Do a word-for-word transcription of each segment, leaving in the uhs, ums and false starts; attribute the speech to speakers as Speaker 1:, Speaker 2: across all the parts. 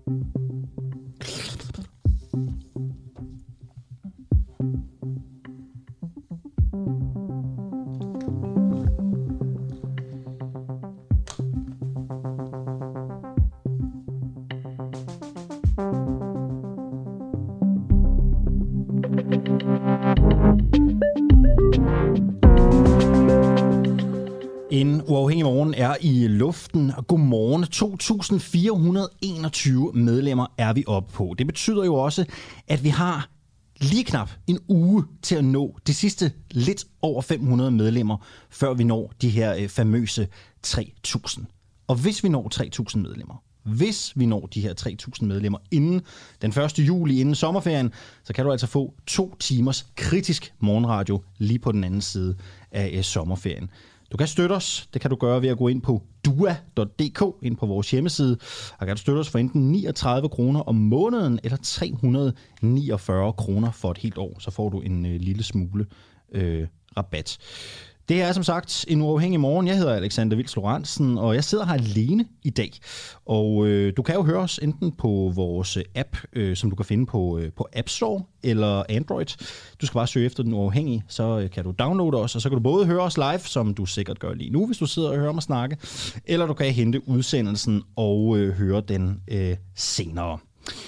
Speaker 1: En uafhængig morgen er i luften. Godmorgen. to tusind fire hundrede og enogtyve medlemmer er vi oppe på. Det betyder jo også, at vi har lige knap en uge til at nå de sidste lidt over fem hundrede medlemmer, før vi når de her famøse tre tusind. Og hvis vi når tre tusind medlemmer, hvis vi når de her tre tusind medlemmer inden den første juli, inden sommerferien, så kan du altså få to timers kritisk morgenradio lige på den anden side af sommerferien. Du kan støtte os. Det kan du gøre ved at gå ind på dua punktum d k, ind på vores hjemmeside. Og kan du støtte os for enten niogtredive kroner om måneden eller tre hundrede og niogfyrre kroner for et helt år. Så får du en øh, lille smule øh, rabat. Det er som sagt en uafhængig morgen. Jeg hedder Alexander Vils Lorentzen, og jeg sidder her alene i dag. Og øh, du kan jo høre os enten på vores app, øh, som du kan finde på, øh, på App Store eller Android. Du skal bare søge efter den uafhængige, så øh, kan du downloade os, og så kan du både høre os live, som du sikkert gør lige nu, hvis du sidder og hører mig snakke, eller du kan hente udsendelsen og øh, høre den øh, senere.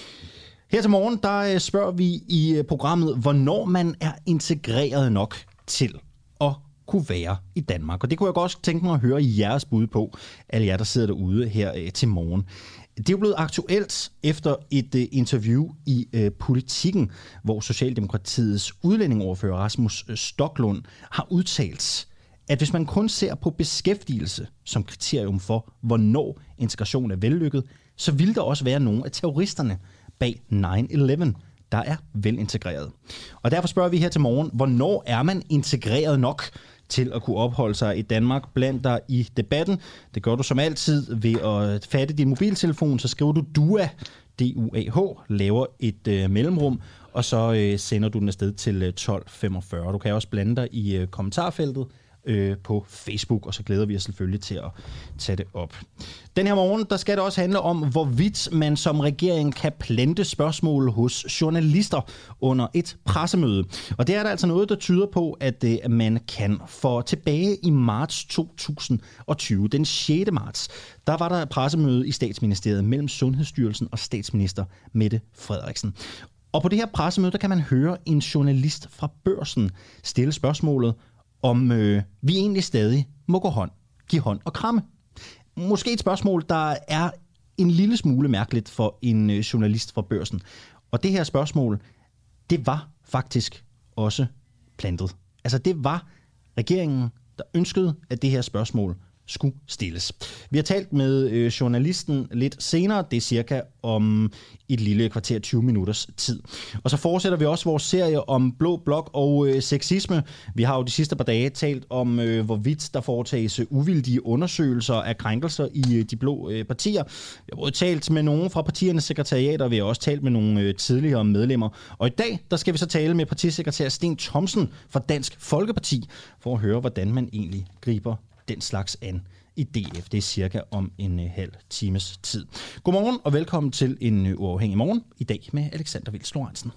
Speaker 1: Her til morgen, der øh, spørger vi i programmet, hvornår man er integreret nok til at kunne være i Danmark. Og det kunne jeg godt tænke mig at høre jeres bud på, alle jer, der sidder derude her øh, til morgen. Det er jo blevet aktuelt efter et øh, interview i øh, Politikken, hvor Socialdemokratiets udlændingeordfører Rasmus Stoklund har udtalt, at hvis man kun ser på beskæftigelse som kriterium for, hvornår integration er vellykket, så vil der også være nogle af terroristerne bag nine eleven, der er velintegreret. Og derfor spørger vi her til morgen, hvornår er man integreret nok til at kunne opholde sig i Danmark? Bland dig i debatten. Det gør du som altid ved at fatte din mobiltelefon, så skriver du DUA, D U A H, laver et øh, mellemrum, og så øh, sender du den afsted til øh, tolv femogfyrre. Du kan også blande dig i øh, kommentarfeltet øh, på Facebook, og så glæder vi os selvfølgelig til at tage det op. Den her morgen, der skal det også handle om, hvorvidt man som regering kan plante spørgsmål hos journalister under et pressemøde. Og det er der altså noget, der tyder på, at øh, man kan. For tilbage i marts to tusind og tyve, den sjette marts, der var der et pressemøde i Statsministeriet mellem Sundhedsstyrelsen og statsminister Mette Frederiksen. Og på det her pressemøde, der kan man høre en journalist fra Børsen stille spørgsmålet, om øh, vi egentlig stadig må gå hånd, give hånd og kramme. Måske et spørgsmål, der er en lille smule mærkeligt for en øh, journalist fra Børsen. Og det her spørgsmål, det var faktisk også plantet. Altså det var regeringen, der ønskede, at det her spørgsmål skulle stilles. Vi har talt med øh, journalisten lidt senere, det er cirka om et lille kvarter tyve minutters tid. Og så fortsætter vi også vores serie om blå blok og øh, sexisme. Vi har jo de sidste par dage talt om, øh, hvorvidt der foretages uvildige undersøgelser af krænkelser i øh, de blå øh, partier. Vi har både talt med nogle fra partiernes sekretariater, og vi har også talt med nogle øh, tidligere medlemmer. Og i dag, der skal vi så tale med partisekretær Sten Thomsen fra Dansk Folkeparti, for at høre, hvordan man egentlig griber den slags an i D F. Det er cirka om en uh, halv times tid. Godmorgen og velkommen til en uh, uafhængig morgen. I dag med Alexander Vils Lorentzen.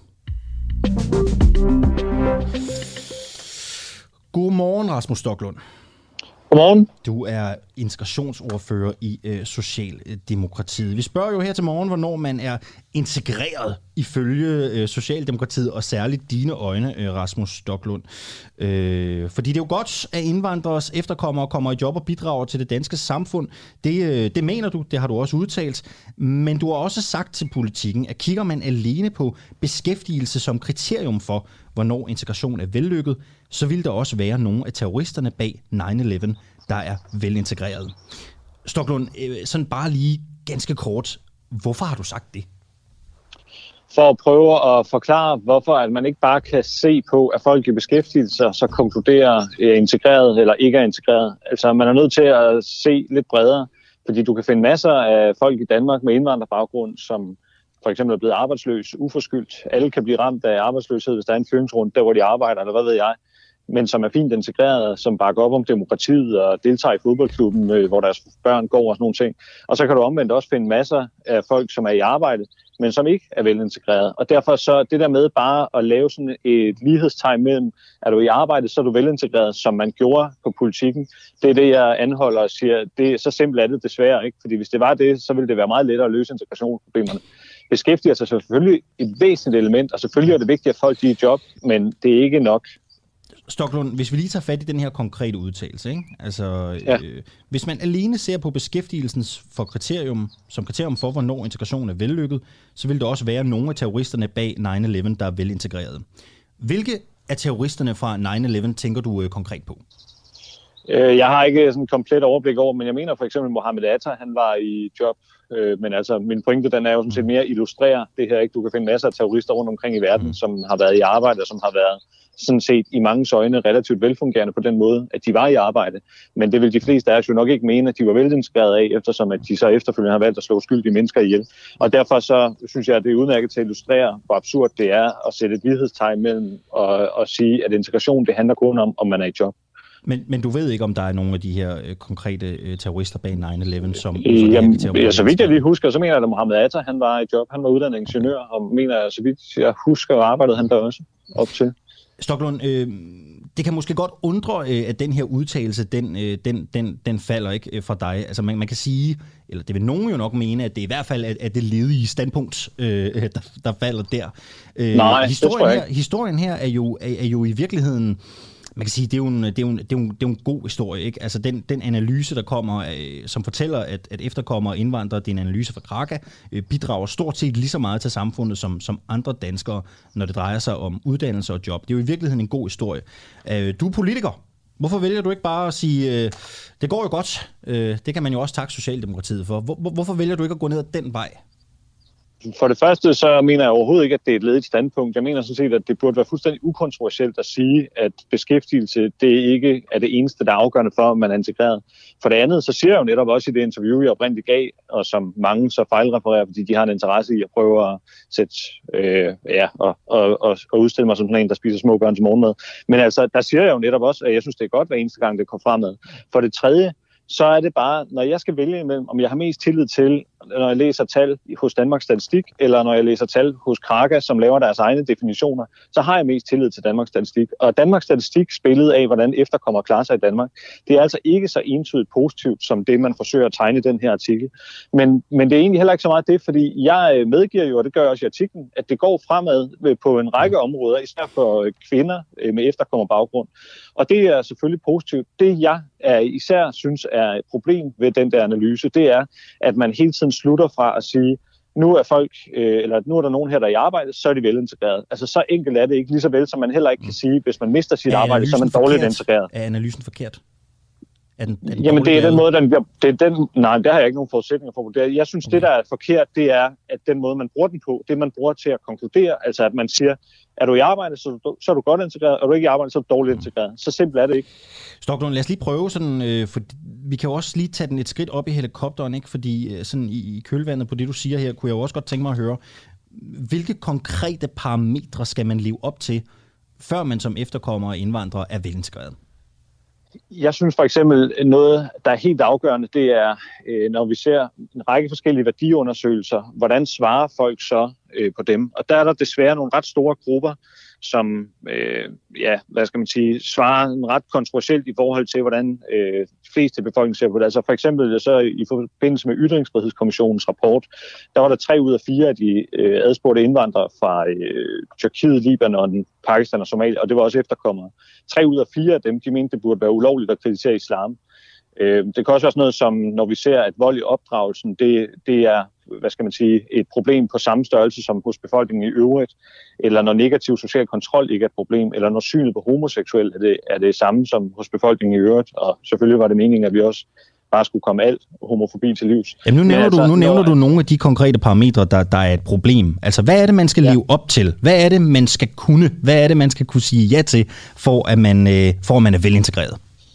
Speaker 1: Godmorgen, Rasmus Stoklund.
Speaker 2: Godmorgen.
Speaker 1: Du er integrationsordfører i øh, Socialdemokratiet. Vi spørger jo her til morgen, hvornår man er integreret ifølge øh, Socialdemokratiet, og særligt dine øjne, øh, Rasmus Stoklund. Øh, fordi det er jo godt, at indvandreres efterkommere kommer i job og bidrager til det danske samfund. Det, øh, det mener du, det har du også udtalt. Men du har også sagt til Politikken, at kigger man alene på beskæftigelse som kriterium for, hvornår integration er vellykket, så vil der også være nogle af terroristerne bag nine eleven, der er velintegreret. Stoklund, sådan bare lige ganske kort, hvorfor har du sagt det?
Speaker 2: For at prøve at forklare, hvorfor at man ikke bare kan se på, at folk i beskæftigelse så konkluderer er integreret eller ikke er integreret. Altså man er nødt til at se lidt bredere, fordi du kan finde masser af folk i Danmark med indvandrerbaggrund, som for eksempel er blevet arbejdsløs uforskyldt. Alle kan blive ramt af arbejdsløshed, hvis der er en fyringsrunde, der hvor de arbejder, eller hvad ved jeg. men som er fint integreret, som bakker op om demokratiet og deltager i fodboldklubben, øh, hvor deres børn går og sådan nogle ting. Og så kan du omvendt også finde masser af folk, som er i arbejde, men som ikke er velintegreret. Og derfor så det der med bare at lave sådan et lighedstegn mellem, er du i arbejde, så er du velintegreret, som man gjorde på politikken. Det er det, jeg anholder og siger, det, så simpelt er det desværre ikke. Fordi hvis det var det, så ville det være meget lettere at løse integrationsproblemerne. Beskæftiger sig selvfølgelig et væsentligt element, og selvfølgelig er det vigtigt, at folk de er i job, men det er ikke nok.
Speaker 1: Stoklund, hvis vi lige tager fat i den her konkrete udtalelse, ikke? Altså,
Speaker 2: ja.
Speaker 1: øh, hvis man alene ser på beskæftigelsens for kriterium, som kriterium for, hvornår integration er vellykket, så vil det også være nogle af terroristerne bag nine eleven, der er velintegrerede. Hvilke af terroristerne fra nine eleven tænker du øh, konkret på?
Speaker 2: Jeg har ikke sådan et komplet overblik over, men jeg mener for eksempel Mohammed Atta, han var i job. Men altså, min pointe, den er jo sådan set mere at illustrere det her, ikke? Du kan finde masser af terrorister rundt omkring i verden, mm. som har været i arbejde, og som har været sådan set i mange øjne relativt velfungerende på den måde, at de var i arbejde. Men det vil de fleste af os jo nok ikke mene, at de var velintegreret af, eftersom at de så efterfølgende har valgt at slå skyldige mennesker ihjel. Og derfor så synes jeg, at det er udmærket til at illustrere, hvor absurd det er at sætte et lighedstegn mellem og, og sige, at integration, det handler kun om, om man er i job.
Speaker 1: Men, men du ved ikke, om der er nogle af de her øh, konkrete øh, terrorister bag nine eleven, som...
Speaker 2: Jamen, ja, så vidt jeg lige husker, så mener jeg, at Mohammed Atta, han var i job. Han var uddannet ingeniør, og mener jeg, så vidt jeg husker, arbejdede han der også op til.
Speaker 1: Stoklund, øh, det kan måske godt undre, øh, at den her udtalelse, den, øh, den, den, den falder ikke øh, fra dig. Altså man, man kan sige, eller det vil nogen jo nok mene, at det i hvert fald er, er det ledige standpunkt, øh, der, der falder der. Øh,
Speaker 2: Nej,
Speaker 1: historien
Speaker 2: det tror jeg ikke.
Speaker 1: Her, historien her er jo, er, er jo i virkeligheden... Man kan sige, det er jo en, det er jo en, det er jo en, det er jo en god historie, ikke? Altså den, den analyse, der kommer, øh, som fortæller, at, at efterkommere og indvandrere, det er en analyse fra Kraka, øh, bidrager stort set lige så meget til samfundet som, som andre danskere, når det drejer sig om uddannelse og job. Det er jo i virkeligheden en god historie. Øh, du er politiker. Hvorfor vælger du ikke bare at sige, øh, det går jo godt, øh, det kan man jo også takke Socialdemokratiet for. Hvor, hvorfor vælger du ikke at gå ned ad den vej?
Speaker 2: For det første, så mener jeg overhovedet ikke, at det er et ledigt standpunkt. Jeg mener sådan set, at det burde være fuldstændig ukontroversielt at sige, at beskæftigelse, det ikke er det eneste, der er afgørende for, at man er integreret. For det andet, så siger jeg jo netop også i det interview, jeg oprindeligt gav, og som mange så fejlrefererer, fordi de har en interesse i at prøve at sætte, øh, ja, og, og, og, og udstille mig som sådan en, der spiser små børn til morgenmad. Men altså, der siger jeg jo netop også, at jeg synes, det er godt hver eneste gang, det kommer fremad. For det tredje, så er det bare, når jeg skal vælge imellem, om jeg har mest tillid til, når jeg læser tal hos Danmarks Statistik, eller når jeg læser tal hos Kraka, som laver deres egne definitioner, så har jeg mest tillid til Danmarks Statistik. Og Danmarks Statistik spillet af, hvordan efterkommere klarer sig i Danmark, det er altså ikke så entydigt positivt, som det, man forsøger at tegne i den her artikel. Men, men det er egentlig heller ikke så meget det, fordi jeg medgiver jo, og det gør jeg også i artiklen, at det går fremad på en række områder, især for kvinder med efterkommerbaggrund. Og det er selvfølgelig positivt. Det, jeg er, især synes er et problem ved den der analyse, det er, at man hele tiden slutter fra at sige, nu er folk, øh, eller nu er der nogen her, der er i arbejde, så er de velintegreret. Altså så enkelt er det ikke, lige så vel som man heller ikke kan sige, hvis man mister sit arbejde, så er man dårligt
Speaker 1: forkert?
Speaker 2: integreret.
Speaker 1: Er analysen forkert? Er den, er den
Speaker 2: Jamen det er den måde, den bliver, det er den, nej, der har jeg ikke nogen forudsætninger for. Det, jeg synes, okay. Det der er forkert, det er, at den måde, man bruger den på, det man bruger til at konkludere, altså at man siger, er du i arbejde, så, så er du godt integreret, er du ikke i arbejde, så er du dårligt integreret. Så simpelt er det ikke.
Speaker 1: Stoklund, lad os lige prøve sådan, øh, for vi kan jo også lige tage den et skridt op i helikopteren, ikke? Fordi øh, sådan i, i kølvandet på det, du siger her, kunne jeg jo også godt tænke mig at høre, hvilke konkrete parametre skal man leve op til, før man som efterkommer og indvandrer er velintegreret?
Speaker 2: Jeg synes for eksempel, noget, der er helt afgørende, det er, når vi ser en række forskellige værdiundersøgelser, hvordan svarer folk så på dem? Og der er der desværre nogle ret store grupper, som øh, ja, hvad skal man sige, svarer ret kontroversielt i forhold til, hvordan øh, de fleste befolkninger ser på det. Altså for eksempel så i forbindelse med Ytringsfrihedskommissionens rapport, der var der tre ud af fire af de øh, adspurgte indvandrere fra øh, Tyrkiet, Libanon, Pakistan og Somalia, og det var også efterkommere. Tre ud af fire af dem, de mente, det burde være ulovligt at kritisere islam. Øh, det kan også være sådan noget som, når vi ser, at vold i opdragelsen, det, det er, hvad skal man sige, et problem på samme størrelse som hos befolkningen i øvrigt, eller når negativ social kontrol ikke er et problem, eller når synet på homoseksuel er det, er det samme som hos befolkningen i øvrigt, og selvfølgelig var det meningen, at vi også bare skulle komme alt homofobi til livs.
Speaker 1: Jamen, nu nævner, altså, du, nu nævner når... du nogle af de konkrete parametre, der, der er et problem. Altså, hvad er det, man skal ja. leve op til? Hvad er det, man skal kunne? Hvad er det, man skal kunne sige ja til, for at man, øh, for at man er velintegreret?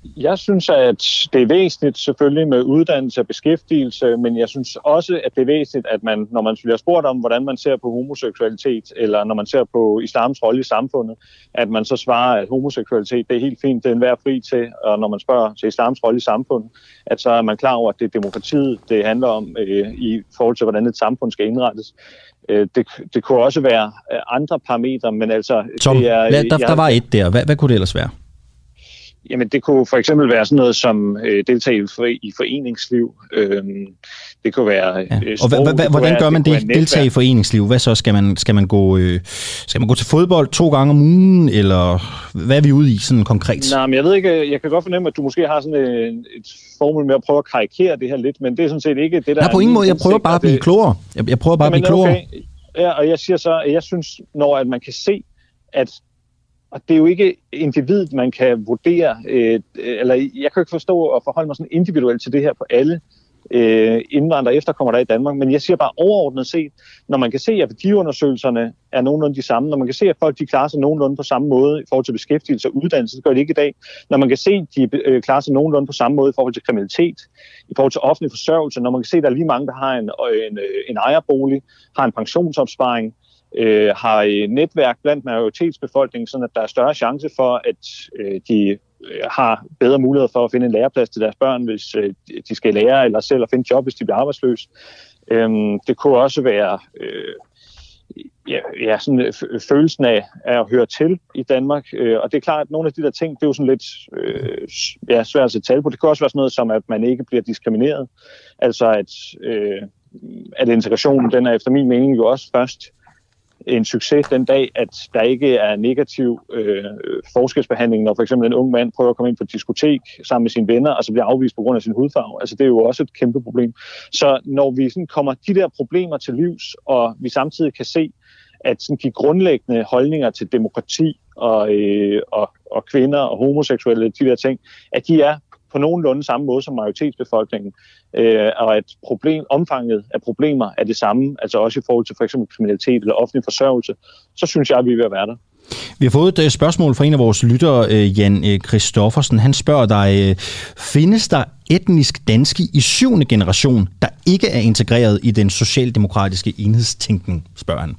Speaker 2: Jeg synes, at det er væsentligt selvfølgelig med uddannelse og beskæftigelse, men jeg synes også, at det er væsentligt, at man, når man bliver spurgt om, hvordan man ser på homoseksualitet, eller når man ser på islams rolle i samfundet, at man så svarer, at homoseksualitet det er helt fint, det er enhver fri til, og når man spørger til islams rolle i samfundet, at så er man klar over, at det er demokratiet, det handler om øh, i forhold til, hvordan et samfund skal indrettes. Øh, det, det kunne også være andre parametre, men altså...
Speaker 1: Tom,
Speaker 2: det er,
Speaker 1: der, der, der var et der. Hvad, hvad kunne det ellers være?
Speaker 2: Jamen, det kunne for eksempel være sådan noget som øh, deltagelse i foreningsliv. Øhm, det kunne være... Øh,
Speaker 1: ja. Og sprog, h- h- hvordan gør man det? det? Deltage i foreningsliv? Hvad så? Skal man, skal man, gå, øh, skal man gå til fodbold to gange om ugen, eller hvad er vi ude i sådan konkret?
Speaker 2: Nej, men jeg ved ikke, jeg kan godt fornemme, at du måske har sådan et, et formel med at prøve at karikere det her lidt, men det er sådan set ikke det, der...
Speaker 1: Nej, på ingen måde. Jeg prøver bare at blive klogere. Jeg, jeg prøver bare
Speaker 2: Jamen,
Speaker 1: at blive klogere.
Speaker 2: Okay. Ja, og jeg siger så, at jeg synes, når at man kan se, at og det er jo ikke individet, man kan vurdere, øh, eller jeg kan ikke forstå og forholde mig sådan individuelt til det her på alle øh, indvandrere og efterkommere der i Danmark, men jeg siger bare overordnet set, når man kan se, at værdiundersøgelserne er nogenlunde de samme, når man kan se, at folk de klarer sig nogenlunde på samme måde i forhold til beskæftigelse og uddannelse, det gør de ikke i dag, når man kan se, at de øh, klarer sig nogenlunde på samme måde i forhold til kriminalitet, i forhold til offentlig forsørgelse, når man kan se, at der er lige mange, der har en, en, en ejerbolig, har en pensionsopsparing, Øh, har et netværk blandt majoritetsbefolkningen, sådan at der er større chance for, at øh, de øh, har bedre muligheder for at finde en læreplads til deres børn, hvis øh, de skal lære, eller selv at finde job, hvis de bliver arbejdsløse. Øhm, det kunne også være øh, ja, ja, sådan, følelsen af, af at høre til i Danmark. Øh, og det er klart, at nogle af de der ting, det er jo sådan lidt øh, ja, svært at sætte tal på. Det kan også være sådan noget som, at man ikke bliver diskrimineret. Altså at, øh, at integrationen, den er efter min mening jo også først en succes den dag, at der ikke er negativ øh, forskelsbehandling, når for eksempel en ung mand prøver at komme ind på et diskotek sammen med sine venner, og så bliver afvist på grund af sin hudfarve. Altså det er jo også et kæmpe problem. Så når vi sådan kommer de der problemer til livs, og vi samtidig kan se, at sådan de grundlæggende holdninger til demokrati og, øh, og, og kvinder og homoseksuelle, de der ting, at de er på nogenlunde samme måde som majoritetsbefolkningen, øh, og at problem, omfanget af problemer er det samme, altså også i forhold til for eksempel kriminalitet eller offentlig forsørgelse, så synes jeg, at vi er ved at være der.
Speaker 1: Vi har fået et spørgsmål fra en af vores lyttere, Jan Christoffersen. Han spørger dig, findes der etnisk danske i syvende generation, der ikke er integreret i den socialdemokratiske enhedstænkning, spørger han.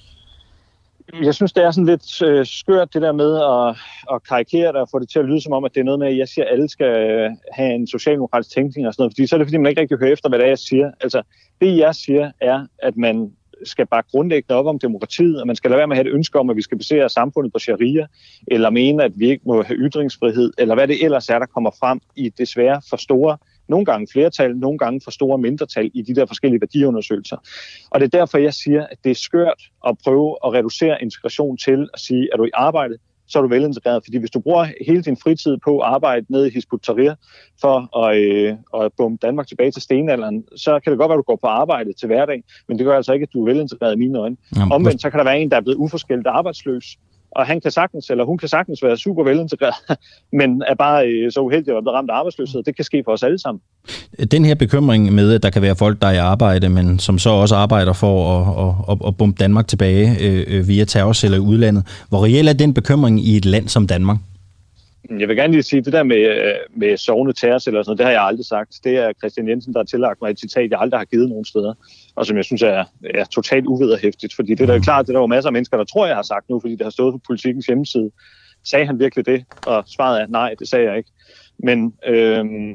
Speaker 2: Jeg synes, det er sådan lidt øh, skørt, det der med at, at karikere det og få det til at lyde som om, at det er noget med, at jeg siger, at alle skal have en socialdemokratisk tænkning og sådan noget, fordi så er det, fordi man ikke rigtig hører efter, hvad det er, jeg siger. Altså, det jeg siger, er, at man skal bare grundlæggende op om demokratiet, og man skal lade være med at have et ønske om, at vi skal basere samfundet på sharia, eller mene, at vi ikke må have ytringsfrihed, eller hvad det ellers er, der kommer frem i desværre for store, nogle gange flertal, nogle gange for store mindretal i de der forskellige værdiundersøgelser. Og det er derfor, jeg siger, at det er skørt at prøve at reducere integration til at sige, at du er i arbejde, så er du velintegreret. Fordi hvis du bruger hele din fritid på at arbejde nede i Hizb ut-Tahrir for at, øh, at bombe Danmark tilbage til stenalderen, så kan det godt være, at du går på arbejde til hverdag, men det gør altså ikke, at du er velintegreret i mine øjne. Jamen, omvendt, så kan der være en, der er blevet uforskældt arbejdsløs, og han kan sagtens, eller hun kan sagtens være super velintegreret, men er bare øh, så uheldig at være blevet ramt af arbejdsløshed. Det kan ske for os alle sammen.
Speaker 1: Den her bekymring med, at der kan være folk, der er i arbejde, men som så også arbejder for at, at, at bombe Danmark tilbage øh, via terrorceller i udlandet. Hvor reelt er den bekymring i et land som Danmark?
Speaker 2: Jeg vil gerne lige sige, det der med, med sovende terrorceller og sådan noget, det har jeg aldrig sagt. Det er Christian Jensen, der har tillagt mig et citat, jeg aldrig har givet nogen steder, og som jeg synes er, er totalt uvederhæftigt. Fordi det er da klart, det der er jo masser af mennesker, der tror, jeg har sagt nu, fordi det har stået på Politikens hjemmeside. Sagde han virkelig det? Og svaret er, nej, det sagde jeg ikke. Men øhm,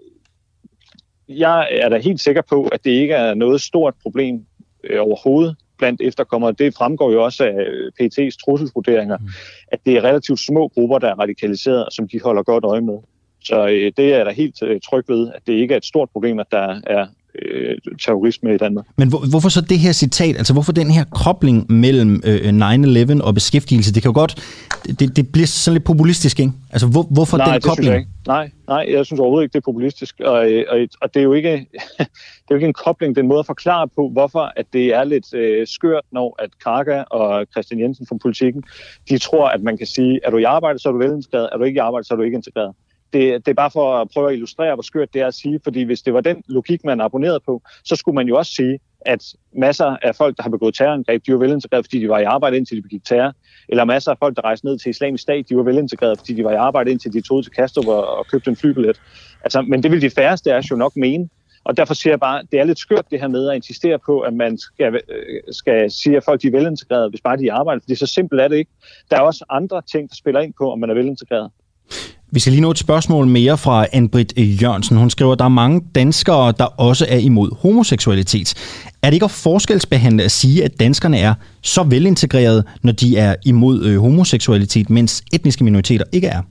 Speaker 2: jeg er da helt sikker på, at det ikke er noget stort problem øh, overhovedet blandt efterkommere. Det fremgår jo også af P E T's trusselsvurderinger, mm. at det er relativt små grupper, der er radikaliseret, som de holder godt øje med. Så øh, det er da helt øh, tryg ved, at det ikke er et stort problem, at der er øh, terrorisme i Danmark.
Speaker 1: Men hvor, hvorfor så det her citat? Altså hvorfor den her kobling mellem øh, nine eleven og beskæftigelse? Det kan jo godt, det, det bliver sådan lidt populistisk, ikke? Altså hvor, hvorfor
Speaker 2: nej,
Speaker 1: den
Speaker 2: det
Speaker 1: kobling?
Speaker 2: Jeg ikke. Nej, nej, jeg synes overhovedet ikke, det er populistisk. Og, og, og det er jo ikke, det er jo ikke en kobling, det er en måde at forklare på, hvorfor at det er lidt øh, skørt, når at Kraka og Christian Jensen fra Politikken, de tror, at man kan sige, er du i arbejde, så er du velintegreret, er du ikke i arbejde, så er du ikke integreret. Det, det er bare for at prøve at illustrere, hvor skørt det er at sige, fordi hvis det var den logik, man abonnerede på, så skulle man jo også sige, at masser af folk, der har begået terrorangreb, de var velintegreret, fordi de var i arbejde, indtil de begik terror. Eller masser af folk, der rejste ned til Islamisk Stat, de var velintegreret, fordi de var i arbejde, indtil de tog til Kastrup og, og købte en flybillet. Altså, men det vil de færreste af os jo nok mene. Og derfor siger jeg bare, at det er lidt skørt det her med at insistere på, at man skal, skal sige, at folk de er velintegreret, hvis bare de er i arbejde. Fordi så simpelt er det ikke. Der er også andre ting, der spiller ind på, om man er velintegreret.
Speaker 1: Vi skal lige nå et spørgsmål mere fra Ann-Britt Jørgensen. Hun skriver, at der er mange danskere, der også er imod homoseksualitet. Er det ikke at forskelsbehandle at sige, at danskerne er så velintegrerede, når de er imod øh, homoseksualitet, mens etniske minoriteter ikke er?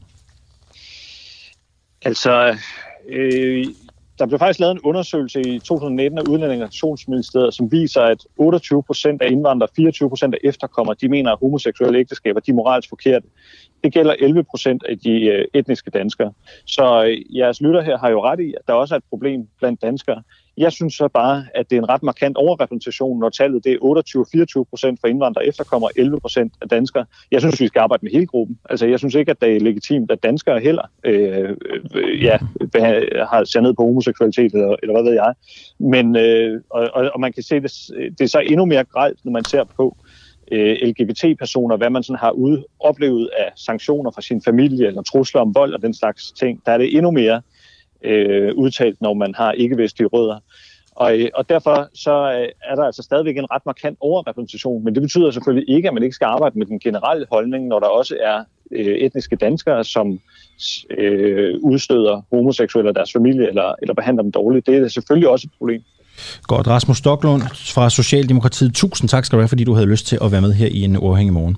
Speaker 2: Altså, øh, der blev faktisk lavet en undersøgelse i to tusind nitten af Udlændinge- og Integrationsministeriet, som viser, at otteogtyve procent af indvandrere og fireogtyve procent af efterkommere, de mener, at homoseksuelle ægteskaber de er moralsk forkerte. Det gælder elleve procent af de øh, etniske danskere. Så øh, jeres lytter her har jo ret i, at der også er et problem blandt danskere. Jeg synes så bare, at det er en ret markant overrepræsentation, når tallet det er otteogtyve til fireogtyve procent for indvandrere efterkommere, elleve procent af danskere. Jeg synes, vi skal arbejde med hele gruppen. Altså, jeg synes ikke, at det er legitimt, at danskere heller øh, øh, ja, har ser ned på homoseksualitet, eller, eller hvad ved jeg. Men, øh, og, og man kan se, det, det er så endnu mere grelt, når man ser på øh, L G B T-personer, hvad man sådan har ud, oplevet af sanktioner fra sin familie, eller trusler om vold og den slags ting. Der er det endnu mere Øh, udtalt, når man har ikke-vestlige rødder. Og, øh, og derfor så øh, er der altså stadigvæk en ret markant overrepræsentation, men det betyder selvfølgelig ikke, at man ikke skal arbejde med den generelle holdning, når der også er øh, etniske danskere, som øh, udstøder homoseksuelle og deres familie, eller, eller behandler dem dårligt. Det er selvfølgelig også et problem.
Speaker 1: Godt. Rasmus Stoklund fra Socialdemokratiet. Tusind tak skal du have, fordi du havde lyst til at være med her i en uafhængig morgen.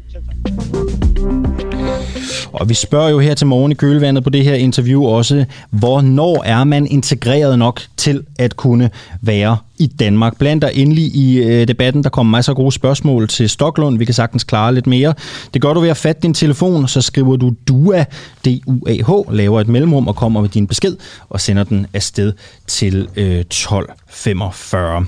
Speaker 1: Og vi spørger jo her til morgen i kølvandet på det her interview også, hvornår er man integreret nok til at kunne være i Danmark? Bland dig endelig i øh, debatten. Der kommer masser af gode spørgsmål til Stoklund. Vi kan sagtens klare lidt mere. Det gør du ved at fatte din telefon, så skriver du D U A, D U A H, laver et mellemrum og kommer med din besked og sender den afsted til øh, tolv femogfyrre.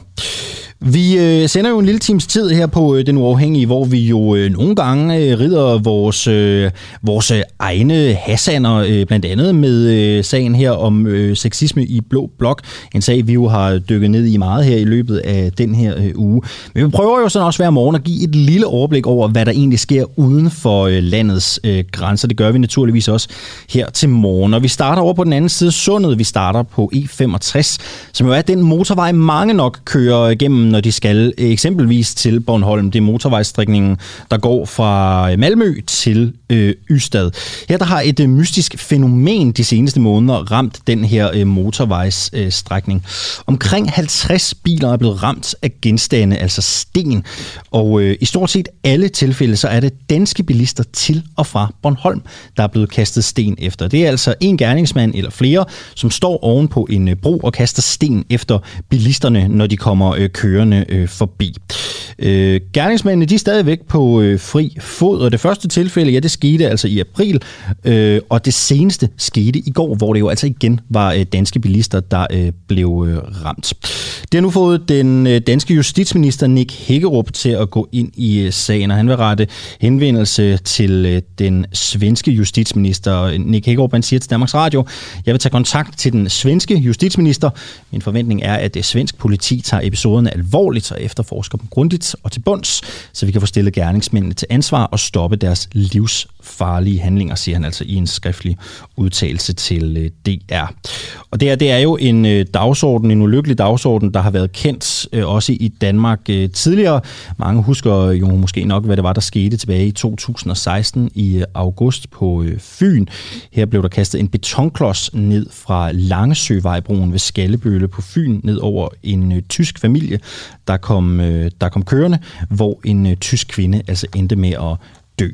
Speaker 1: Vi øh, sender jo en lille times tid her på øh, Den Uafhængige, hvor vi jo øh, nogle gange øh, rider vores, øh, vores øh, egne hassaner, øh, blandt andet med øh, sagen her om øh, sexisme i Blå Blok. En sag, vi jo har dykket ned i meget her i løbet af den her øh, uge. Men vi prøver jo sådan også hver morgen at give et lille overblik over, hvad der egentlig sker uden for øh, landets øh, grænser. Det gør vi naturligvis også her til morgen. Og vi starter over på den anden side sundet. Vi starter på E femogtres, som jo er den motorvej, mange nok kører igennem, når de skal eksempelvis til Bornholm. Det er motorvejsstrækningen, der går fra Malmø til øh, Ystad. Her der har et øh, mystisk fænomen de seneste måneder ramt den her øh, motorvejsstrækning. Øh, Omkring halvtreds biler er blevet ramt af genstande, altså sten. Og øh, i stort set alle tilfælde, så er det danske bilister til og fra Bornholm, der er blevet kastet sten efter. Det er altså en gerningsmand eller flere, som står oven på en øh, bro og kaster sten efter bilisterne, når de kommer øh, kørende øh, forbi. Øh, gerningsmændene, de er stadigvæk på øh, fri fod, og det første tilfælde, ja, det skete altså i april, øh, og det seneste skete i går, hvor det jo altså igen var øh, danske bilister, der øh, blev øh, ramt. Det har nu fået den øh, danske justitsminister Nick Hækkerup til at gå ind i øh, sagen, og han vil rette henvendelse til øh, den svenske justitsminister. Nick Hækkerup, han siger til Danmarks Radio: Jeg vil tage kontakt til den svenske justitsminister. Min forventning er, at det svensk politi tager episoderne alvorligt og efterforsker dem grundigt og til bunds, så vi kan få stillet gerningsmændene til ansvar og stoppe deres livsfarlige handlinger, siger han altså i en skriftlig udtalelse til D R. Og det, er, det er jo en dagsorden, en ulykkelig dagsorden, der har været kendt også i Danmark tidligere. Mange husker jo måske nok, hvad det var, der skete tilbage i to tusind og seksten i august på Fyn. Her blev der kastet en betonklods ned fra Langesøvejbroen ved Skallebølle på Fyn, ned over en tysk familie, der kom, der kom kørende, hvor en tysk kvinde altså endte med at dø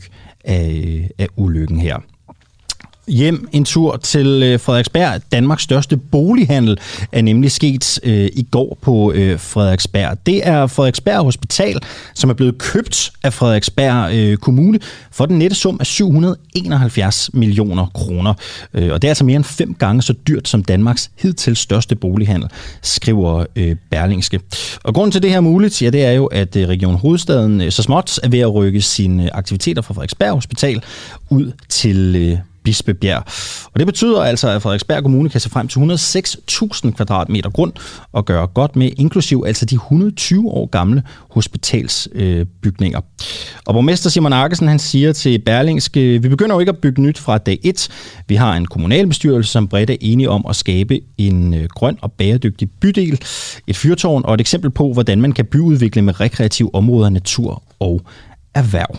Speaker 1: af, af ulykken her. Hjem en tur til Frederiksberg. Danmarks største bolighandel er nemlig sket øh, i går på øh, Frederiksberg. Det er Frederiksberg Hospital, som er blevet købt af Frederiksberg øh, Kommune for den nette sum af syv hundrede og enoghalvfjerds millioner kroner. Øh, og det er altså mere end fem gange så dyrt som Danmarks hidtil største bolighandel, skriver øh, Berlingske. Og grunden til det her er muligt, ja, det er jo, at øh, Region Hovedstaden øh, så småt er ved at rykke sine aktiviteter fra Frederiksberg Hospital ud til øh, Bispebjerg. Og Og det betyder altså, at Frederiksberg Kommune kan se frem til et hundrede og seks tusind kvadratmeter grund og gøre godt med, inklusiv altså de et hundrede og tyve år gamle hospitalsbygninger. Øh, og borgmester Simon Arkesen, han siger til Berlingske, vi begynder jo ikke at bygge nyt fra dag et. Vi har en kommunalbestyrelse, som bredt er enige om at skabe en øh, grøn og bæredygtig bydel, et fyrtårn og et eksempel på, hvordan man kan byudvikle med rekreative områder, natur og erhverv.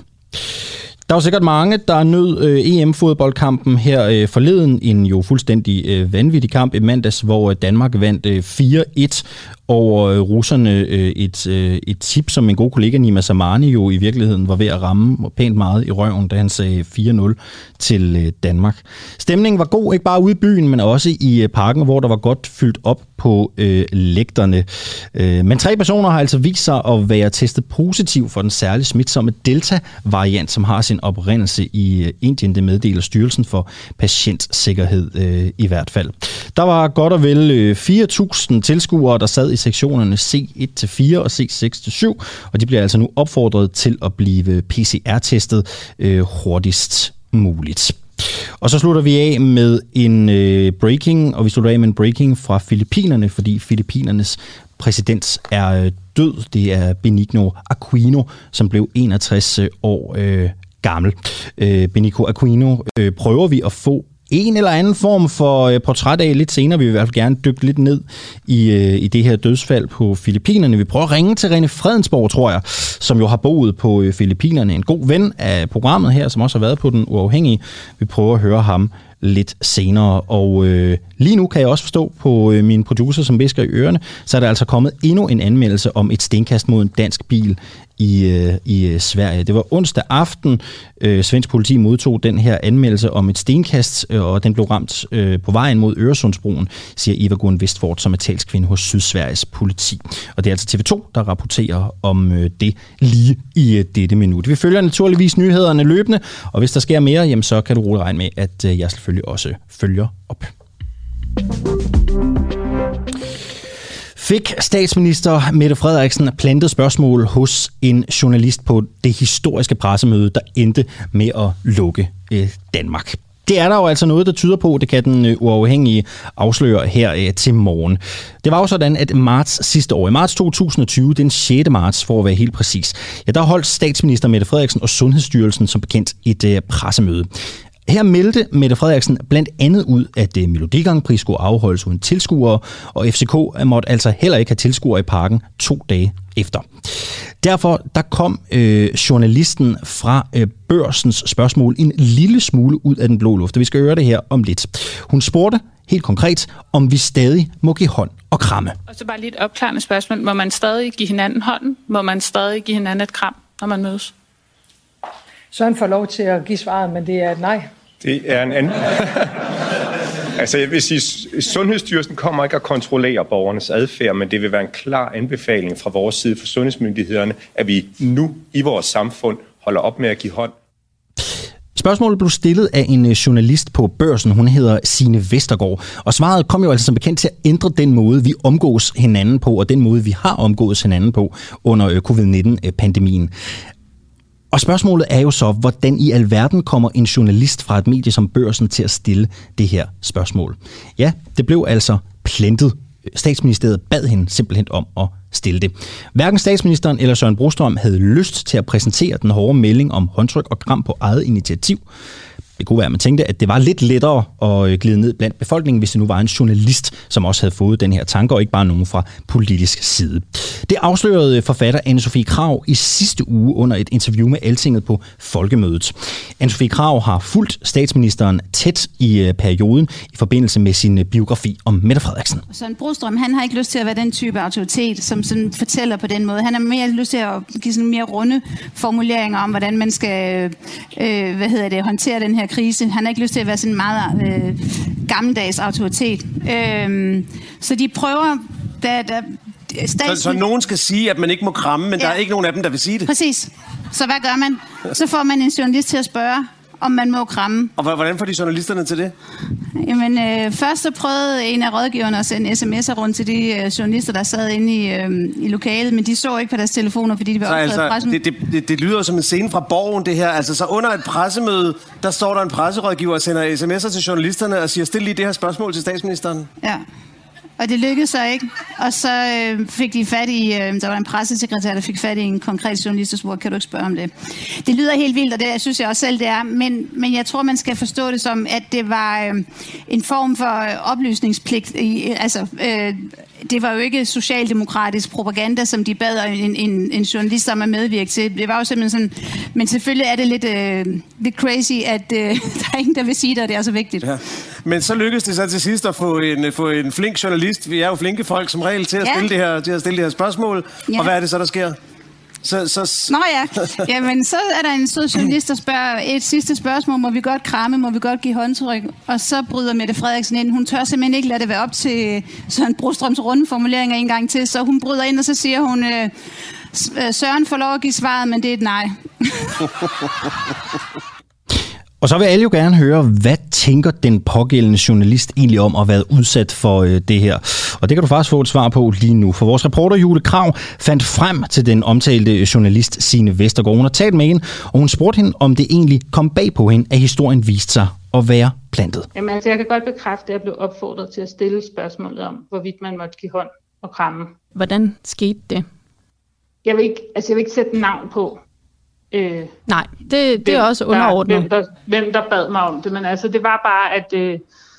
Speaker 1: Der var sikkert mange, der nød øh, E M-fodboldkampen her øh, forleden. En jo fuldstændig øh, vanvittig kamp i mandags, hvor Danmark vandt øh, fire et over øh, russerne. Øh, et, øh, et tip, som min gode kollega Nima Samani jo i virkeligheden var ved at ramme pænt meget i røven, da han sagde fire nul til øh, Danmark. Stemningen var god, ikke bare ude i byen, men også i øh, parken, hvor der var godt fyldt op på øh, lægterne. Øh, men tre personer har altså vist sig at være testet positiv for den særligt smitsomme Delta-variant, som har sin oprindelse i øh, Indien. Det meddeler Styrelsen for Patientsikkerhed øh, i hvert fald. Der var godt og vel øh, fire tusind tilskuere, der sad i sektionerne C et til fire og C seks til syv, og de bliver altså nu opfordret til at blive P C R-testet øh, hurtigst muligt. Og så slutter vi af med en øh, breaking, og vi slutter af med en breaking fra Filippinerne, fordi Filippinernes præsident er øh, død. Det er Benigno Aquino, som blev enogtres år øh, gammel. Øh, Benigno Aquino øh, prøver vi at få en eller anden form for øh, portræt af lidt senere. Vi vil i hvert fald gerne dykke lidt ned i, øh, i det her dødsfald på Filippinerne. Vi prøver at ringe til René Fredensborg, tror jeg, som jo har boet på øh, Filippinerne. En god ven af programmet her, som også har været på Den Uafhængige. Vi prøver at høre ham lidt senere. Og øh, lige nu kan jeg også forstå på øh, min producer, som visker i ørerne, så er der altså kommet endnu en anmeldelse om et stenkast mod en dansk bil i, øh, i øh, Sverige. Det var onsdag aften. Øh, svensk politi modtog den her anmeldelse om et stenkast, øh, og den blev ramt øh, på vejen mod Øresundsbroen, siger Eva Gunn Vestford, som er talskvinde hos Sydsveriges politi. Og det er altså T V to, der rapporterer om øh, det lige i øh, dette minut. Vi følger naturligvis nyhederne løbende, og hvis der sker mere, jamen, så kan du roligt regne med, at øh, jeg selvfølgelig også følger op. Fik statsminister Mette Frederiksen plantet spørgsmål hos en journalist på det historiske pressemøde, der endte med at lukke øh, Danmark? Det er der jo altså noget, der tyder på, det kan Den Uafhængige afsløre her øh, til morgen. Det var jo sådan, at marts sidste år, i marts to tusind og tyve, den sjette marts for at være helt præcis, ja, der holdt statsminister Mette Frederiksen og Sundhedsstyrelsen som bekendt et øh, pressemøde. Her meldte Mette Frederiksen blandt andet ud, at Melodi Grand Prix skulle afholdes uden tilskuere, og F C K måtte altså heller ikke have tilskuere i parken to dage efter. Derfor der kom øh, journalisten fra øh, Børsens spørgsmål en lille smule ud af den blå luft, og vi skal høre det her om lidt. Hun spurgte helt konkret, om vi stadig må give hånd og kramme.
Speaker 3: Og så bare lige et opklarende spørgsmål. Må man stadig give hinanden hånden? Må man stadig give hinanden et kram, når man mødes?
Speaker 4: Søren får lov til at give svaret, men det er et nej.
Speaker 5: Det er en anden... altså jeg vil sige, Sundhedsstyrelsen kommer ikke at kontrollere borgernes adfærd, men det vil være en klar anbefaling fra vores side for sundhedsmyndighederne, at vi nu i vores samfund holder op med at give hånd.
Speaker 1: Spørgsmålet blev stillet af en journalist på Børsen. Hun hedder Signe Vestergaard. Og svaret kom jo altså som bekendt til at ændre den måde, vi omgås hinanden på, og den måde, vi har omgået hinanden på under covid nitten-pandemien. Og spørgsmålet er jo så, hvordan i alverden kommer en journalist fra et medie som Børsen til at stille det her spørgsmål? Ja, det blev altså plantet. Statsministeriet bad hende simpelthen om at stille det. Hverken statsministeren eller Søren Brostrøm havde lyst til at præsentere den hårde melding om håndtryk og kram på eget initiativ. Det kunne være, at man tænkte, at det var lidt lettere at glide ned blandt befolkningen, hvis det nu var en journalist, som også havde fået den her tanke, og ikke bare nogen fra politisk side. Det afslørede forfatter Anne-Sophie Krag i sidste uge under et interview med Altinget på Folkemødet. Anne-Sophie Krag har fulgt statsministeren tæt i perioden i forbindelse med sin biografi om Mette Frederiksen.
Speaker 6: Søren Brostrøm, han har ikke lyst til at være den type autoritet, som sådan fortæller på den måde. Han har mere lyst til at give sådan mere runde formuleringer om, hvordan man skal øh, hvad hedder det, håndtere den her krise. Han har ikke lyst til at være sådan en meget øh, gammeldags autoritet. Øh, så de prøver... Da, da,
Speaker 7: statsminister... så, så nogen skal sige, at man ikke må kramme, men ja. Der er ikke nogen af dem, der vil sige det?
Speaker 6: Præcis. Så hvad gør man? Så får man en journalist til at spørge, om man må kramme.
Speaker 7: Og hvordan får de journalisterne til det?
Speaker 6: Jamen, øh, først så prøvede en af rådgiverne at sende sms'er rundt til de øh, journalister, der sad inde i, øh, i lokalet, men de så ikke på deres telefoner, fordi de var optaget
Speaker 7: altså,
Speaker 6: af pressen.
Speaker 7: Det, det, det, det lyder som en scene fra Borgen, det her. Altså, så under et pressemøde, der står der en presserådgiver og sender sms'er til journalisterne og siger, stil lige det her spørgsmål til statsministeren.
Speaker 6: Ja. Og det lykkedes så ikke. Og så øh, fik de fat i, øh, der var en pressesekretær, der fik fat i en konkret journalist, og spurgte, kan du ikke spørge om det? Det lyder helt vildt, og det synes jeg også selv, det er. Men, men jeg tror, man skal forstå det som, at det var øh, en form for oplysningspligt. I, altså, øh, det var jo ikke socialdemokratisk propaganda, som de bad en, en, en journalist om at medvirke til. Det var jo simpelthen sådan, men selvfølgelig er det lidt, øh, lidt crazy, at øh, der er ingen, der vil sige det, og det er så vigtigt.
Speaker 7: Ja. Men så lykkedes det så til sidst at få en, få en flink journalist. Vi er jo flinke folk som regel til at
Speaker 6: ja.
Speaker 7: stille det her, til at stille det her spørgsmål. Ja. Og hvad er det så, der sker? Så, så...
Speaker 6: Nå ja, jamen så er der en sød journalist, der spørger et sidste spørgsmål. Må vi godt kramme? Må vi godt give håndtryk? Og så bryder Mette Frederiksen ind. Hun tør simpelthen ikke lade det være op til Søren Brostrøms runde formuleringer en gang til. Så hun bryder ind, og så siger hun, øh, Søren får lov at give svaret, men det er et nej.
Speaker 1: Og så vil alle jo gerne høre, hvad tænker den pågældende journalist egentlig om at have været udsat for øh, det her? Og det kan du faktisk få et svar på lige nu. For vores reporter Jule Krag fandt frem til den omtalte journalist Signe Vestergaard. Hun har talt med hende, og hun spurgte hende, om det egentlig kom bag på hende, at historien viste sig at være plantet.
Speaker 3: Jamen altså, jeg kan godt bekræfte, at jeg blev opfordret til at stille spørgsmålet om, hvorvidt man måtte give hånd og kramme.
Speaker 8: Hvordan skete det?
Speaker 3: Jeg vil ikke, altså jeg vil ikke sætte navn på. Øh,
Speaker 8: Nej, det, det
Speaker 3: hvem,
Speaker 8: er også underordnet.
Speaker 3: Der, hvem, der, hvem der bad mig om det, men altså det var bare, at øh,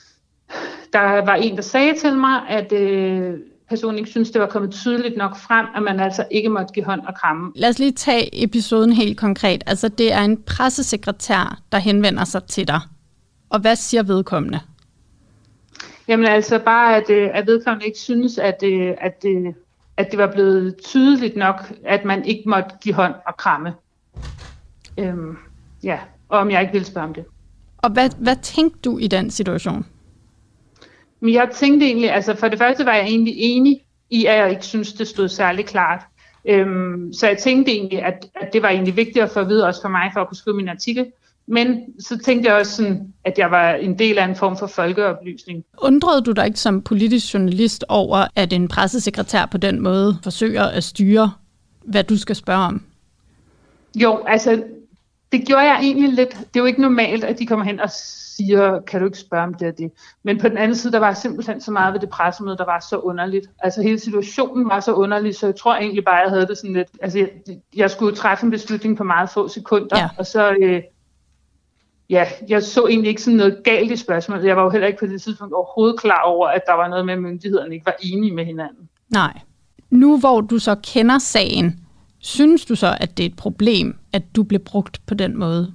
Speaker 3: der var en, der sagde til mig, at øh, personen ikke synes det var kommet tydeligt nok frem, at man altså ikke måtte give hånd og kramme.
Speaker 8: Lad os lige tage episoden helt konkret. Altså det er en pressesekretær, der henvender sig til dig. Og hvad siger vedkommende?
Speaker 3: Jamen altså bare, at, øh, at vedkommende ikke synes, at, øh, at, øh, at det var blevet tydeligt nok, at man ikke måtte give hånd og kramme. Øhm, ja, og om jeg ikke ville spørge om det.
Speaker 8: Og hvad, hvad tænkte du i den situation?
Speaker 3: Men jeg tænkte egentlig, altså for det første var jeg egentlig enig i, at jeg ikke synes, det stod særlig klart. Øhm, så jeg tænkte egentlig, at, at det var egentlig vigtigt at få at vide, også for mig, for at kunne skrive min artikel. Men så tænkte jeg også sådan, at jeg var en del af en form for folkeoplysning.
Speaker 8: Undrede du dig ikke som politisk journalist over, at en pressesekretær på den måde forsøger at styre, hvad du skal spørge om?
Speaker 3: Jo, altså det gjorde jeg egentlig lidt. Det er jo ikke normalt, at de kommer hen og siger, kan du ikke spørge om det og det. Men på den anden side, der var simpelthen så meget ved det pressemøde, der var så underligt. Altså hele situationen var så underlig, så jeg tror egentlig bare, jeg havde det sådan lidt. Altså jeg, jeg skulle træffe en beslutning på meget få sekunder, ja. og så... Øh, Ja, jeg så egentlig ikke sådan noget galt i spørgsmålet. Jeg var jo heller ikke på det tidspunkt overhovedet klar over, at der var noget med, at myndighederne ikke var enige med hinanden.
Speaker 8: Nej. Nu hvor du så kender sagen, synes du så, at det er et problem, at du blev brugt på den måde?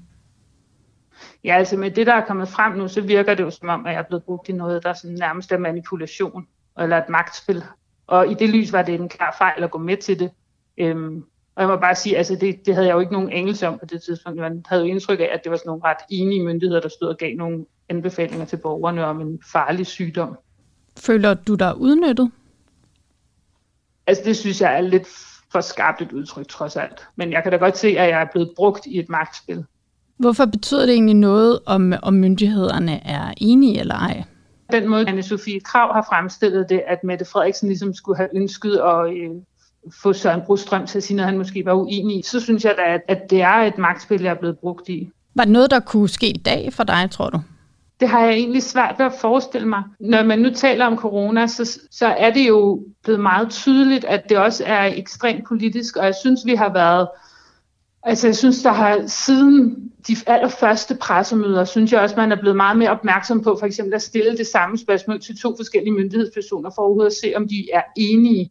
Speaker 3: Ja, altså med det, der er kommet frem nu, så virker det jo som om, at jeg er blevet brugt i noget, der sådan nærmest er manipulation eller et magtspil. Og i det lys var det en klar fejl at gå med til det. Øhm, Og jeg må bare sige, altså det, det havde jeg jo ikke nogen anelse om på det tidspunkt. Man havde jo indtryk af, at det var sådan nogle ret enige myndigheder, der stod og gav nogle anbefalinger til borgerne om en farlig sygdom.
Speaker 8: Føler du dig udnyttet?
Speaker 3: Altså det synes jeg er lidt for skarpt et udtryk trods alt. Men jeg kan da godt se, at jeg er blevet brugt i et magtspil.
Speaker 8: Hvorfor betyder det egentlig noget, om, om myndighederne er enige eller ej?
Speaker 3: Den måde, Anne-Sophie Krag har fremstillet det, at Mette Frederiksen ligesom skulle have ønsket at... Øh, få Søren Brostrøm til at sige noget, han måske var uenig i, så synes jeg da, at det er et magtspil, jeg er blevet brugt i.
Speaker 8: Var det noget, der kunne ske i dag for dig, tror du?
Speaker 3: Det har jeg egentlig svært ved at forestille mig. Når man nu taler om corona, så, så er det jo blevet meget tydeligt, at det også er ekstremt politisk, og jeg synes, vi har været... Altså, jeg synes, der har siden de allerførste pressemøder, synes jeg også, man er blevet meget mere opmærksom på, for eksempel at stille det samme spørgsmål til to forskellige myndighedspersoner, for overhovedet at se, om de er enige.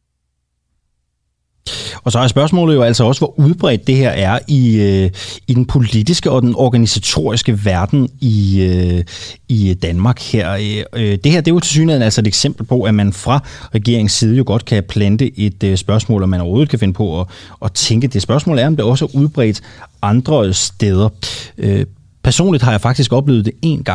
Speaker 1: Og så er spørgsmålet jo altså også, hvor udbredt det her er i, øh, i den politiske og den organisatoriske verden i, øh, i Danmark her. Øh, det her det er jo tilsyneladende altså et eksempel på, at man fra regeringens side jo godt kan plante et øh, spørgsmål, og man overhovedet kan finde på at, at tænke det. Spørgsmål er, om det også er udbredt andre steder. Øh, personligt har jeg faktisk oplevet det en gang.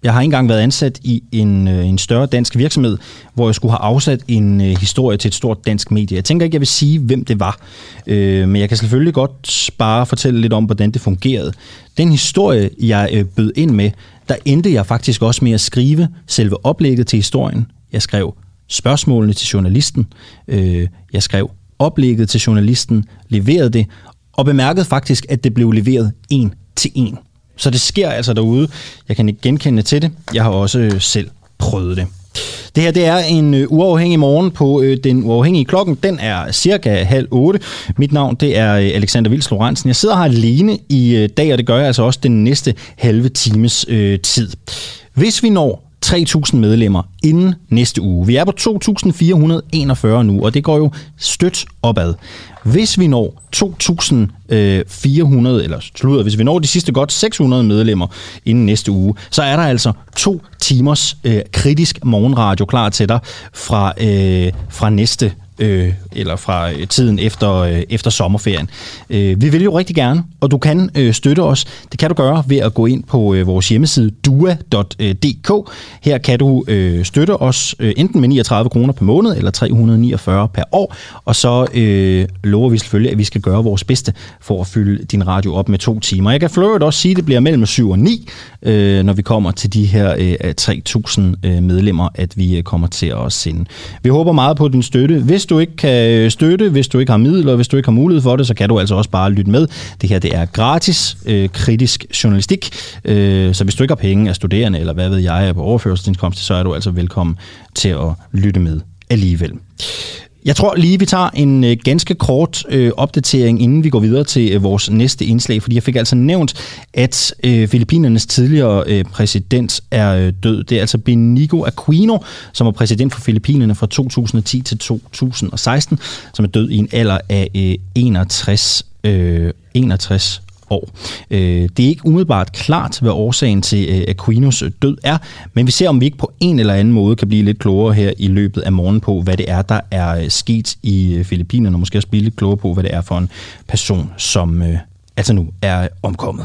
Speaker 1: Jeg har ikke engang været ansat i en, en større dansk virksomhed, hvor jeg skulle have afsat en uh, historie til et stort dansk medie. Jeg tænker ikke, jeg vil sige, hvem det var. Uh, men jeg kan selvfølgelig godt bare fortælle lidt om, hvordan det fungerede. Den historie, jeg uh, bød ind med, der endte jeg faktisk også med at skrive selve oplægget til historien. Jeg skrev spørgsmålene til journalisten. Uh, jeg skrev oplægget til journalisten, leverede det, og bemærkede faktisk, at det blev leveret en til en. Så det sker altså derude. Jeg kan ikke genkende til det. Jeg har også selv prøvet det. Det her, det er en øh, uafhængig morgen på øh, den uafhængige klokken. Den er cirka halv otte. Mit navn, det er øh, Alexander Vils Lorentzen. Jeg sidder her alene i øh, dag, og det gør jeg altså også den næste halve times øh, tid. Hvis vi når tre tusind medlemmer inden næste uge. Vi er på to tusind fire hundrede enogfyrre nu, og det går jo støt opad. Hvis vi når to tusind fire hundrede, eller slutter, hvis vi når de sidste godt seks hundrede medlemmer inden næste uge, så er der altså to timers øh, kritisk morgenradio klar til dig fra, øh, fra næste øh, eller fra tiden efter, øh, efter sommerferien. Øh, vi vil jo rigtig gerne, og du kan øh, støtte os. Det kan du gøre ved at gå ind på øh, vores hjemmeside dua punktum d k. Her kan du øh, støtte os øh, enten med niogtredive kroner per måned eller tre hundrede niogfyrre per år, og så øh, lover vi selvfølgelig, at vi skal gøre vores bedste for at fylde din radio op med to timer. Jeg kan for øvrigt også sige, at det bliver mellem syv og ni, øh, når vi kommer til de her øh, tre tusind øh, medlemmer, at vi øh, kommer til at sende. Vi håber meget på din støtte. Hvis du ikke kan støtte, hvis du ikke har midler, hvis du ikke har mulighed for det, så kan du altså også bare lytte med. Det her, det er gratis øh, kritisk journalistik, øh, så hvis du ikke har penge af studerende, eller hvad ved jeg, er på overførselsindkomst, så er du altså velkommen til at lytte med alligevel. Jeg tror lige, vi tager en øh, ganske kort øh, opdatering, inden vi går videre til øh, vores næste indslag, fordi jeg fik altså nævnt, at øh, Filippinernes tidligere øh, præsident er øh, død. Det er altså Benicio Aquino, som var præsident for Filippinerne fra to tusind og ti til to tusind og seksten, som er død i en alder af øh, enogtres, øh, enogtres år. Det er ikke umiddelbart klart, hvad årsagen til Aquinos død er, men vi ser, om vi ikke på en eller anden måde kan blive lidt klogere her i løbet af morgen på, hvad det er, der er sket i Filippinerne, og måske også blive lidt klogere på, hvad det er for en person, som altså nu er omkommet.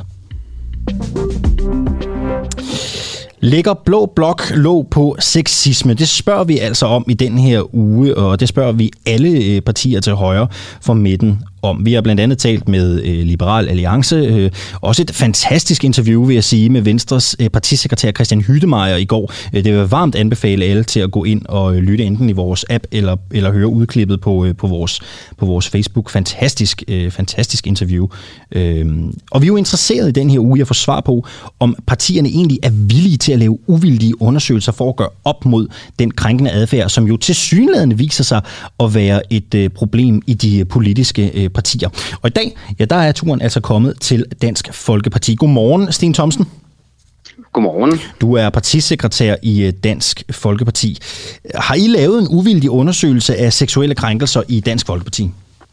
Speaker 1: Lægger Blå Blok låg på sexisme? Det spørger vi altså om i den her uge, og det spørger vi alle partier til højre for midten om. Vi har blandt andet talt med øh, Liberal Alliance. Øh, også et fantastisk interview, vil jeg sige, med Venstres øh, partisekretær Christian Hydemeyer i går. Øh, det vil varmt anbefale alle til at gå ind og øh, lytte enten i vores app eller, eller høre udklippet på, øh, på, vores, på vores Facebook. Fantastisk, øh, fantastisk interview. Øh, og vi er jo interesseret i den her uge at få svar på, om partierne egentlig er villige til at lave uvildige undersøgelser for at gøre op mod den krænkende adfærd, som jo tilsyneladende viser sig at være et øh, problem i de politiske øh, partier. Og i dag, ja, der er turen altså kommet til Dansk Folkeparti. Godmorgen, Sten Thomsen.
Speaker 9: Godmorgen.
Speaker 1: Du er partisekretær i Dansk Folkeparti. Har I lavet en uvildig undersøgelse af seksuelle krænkelser i Dansk Folkeparti?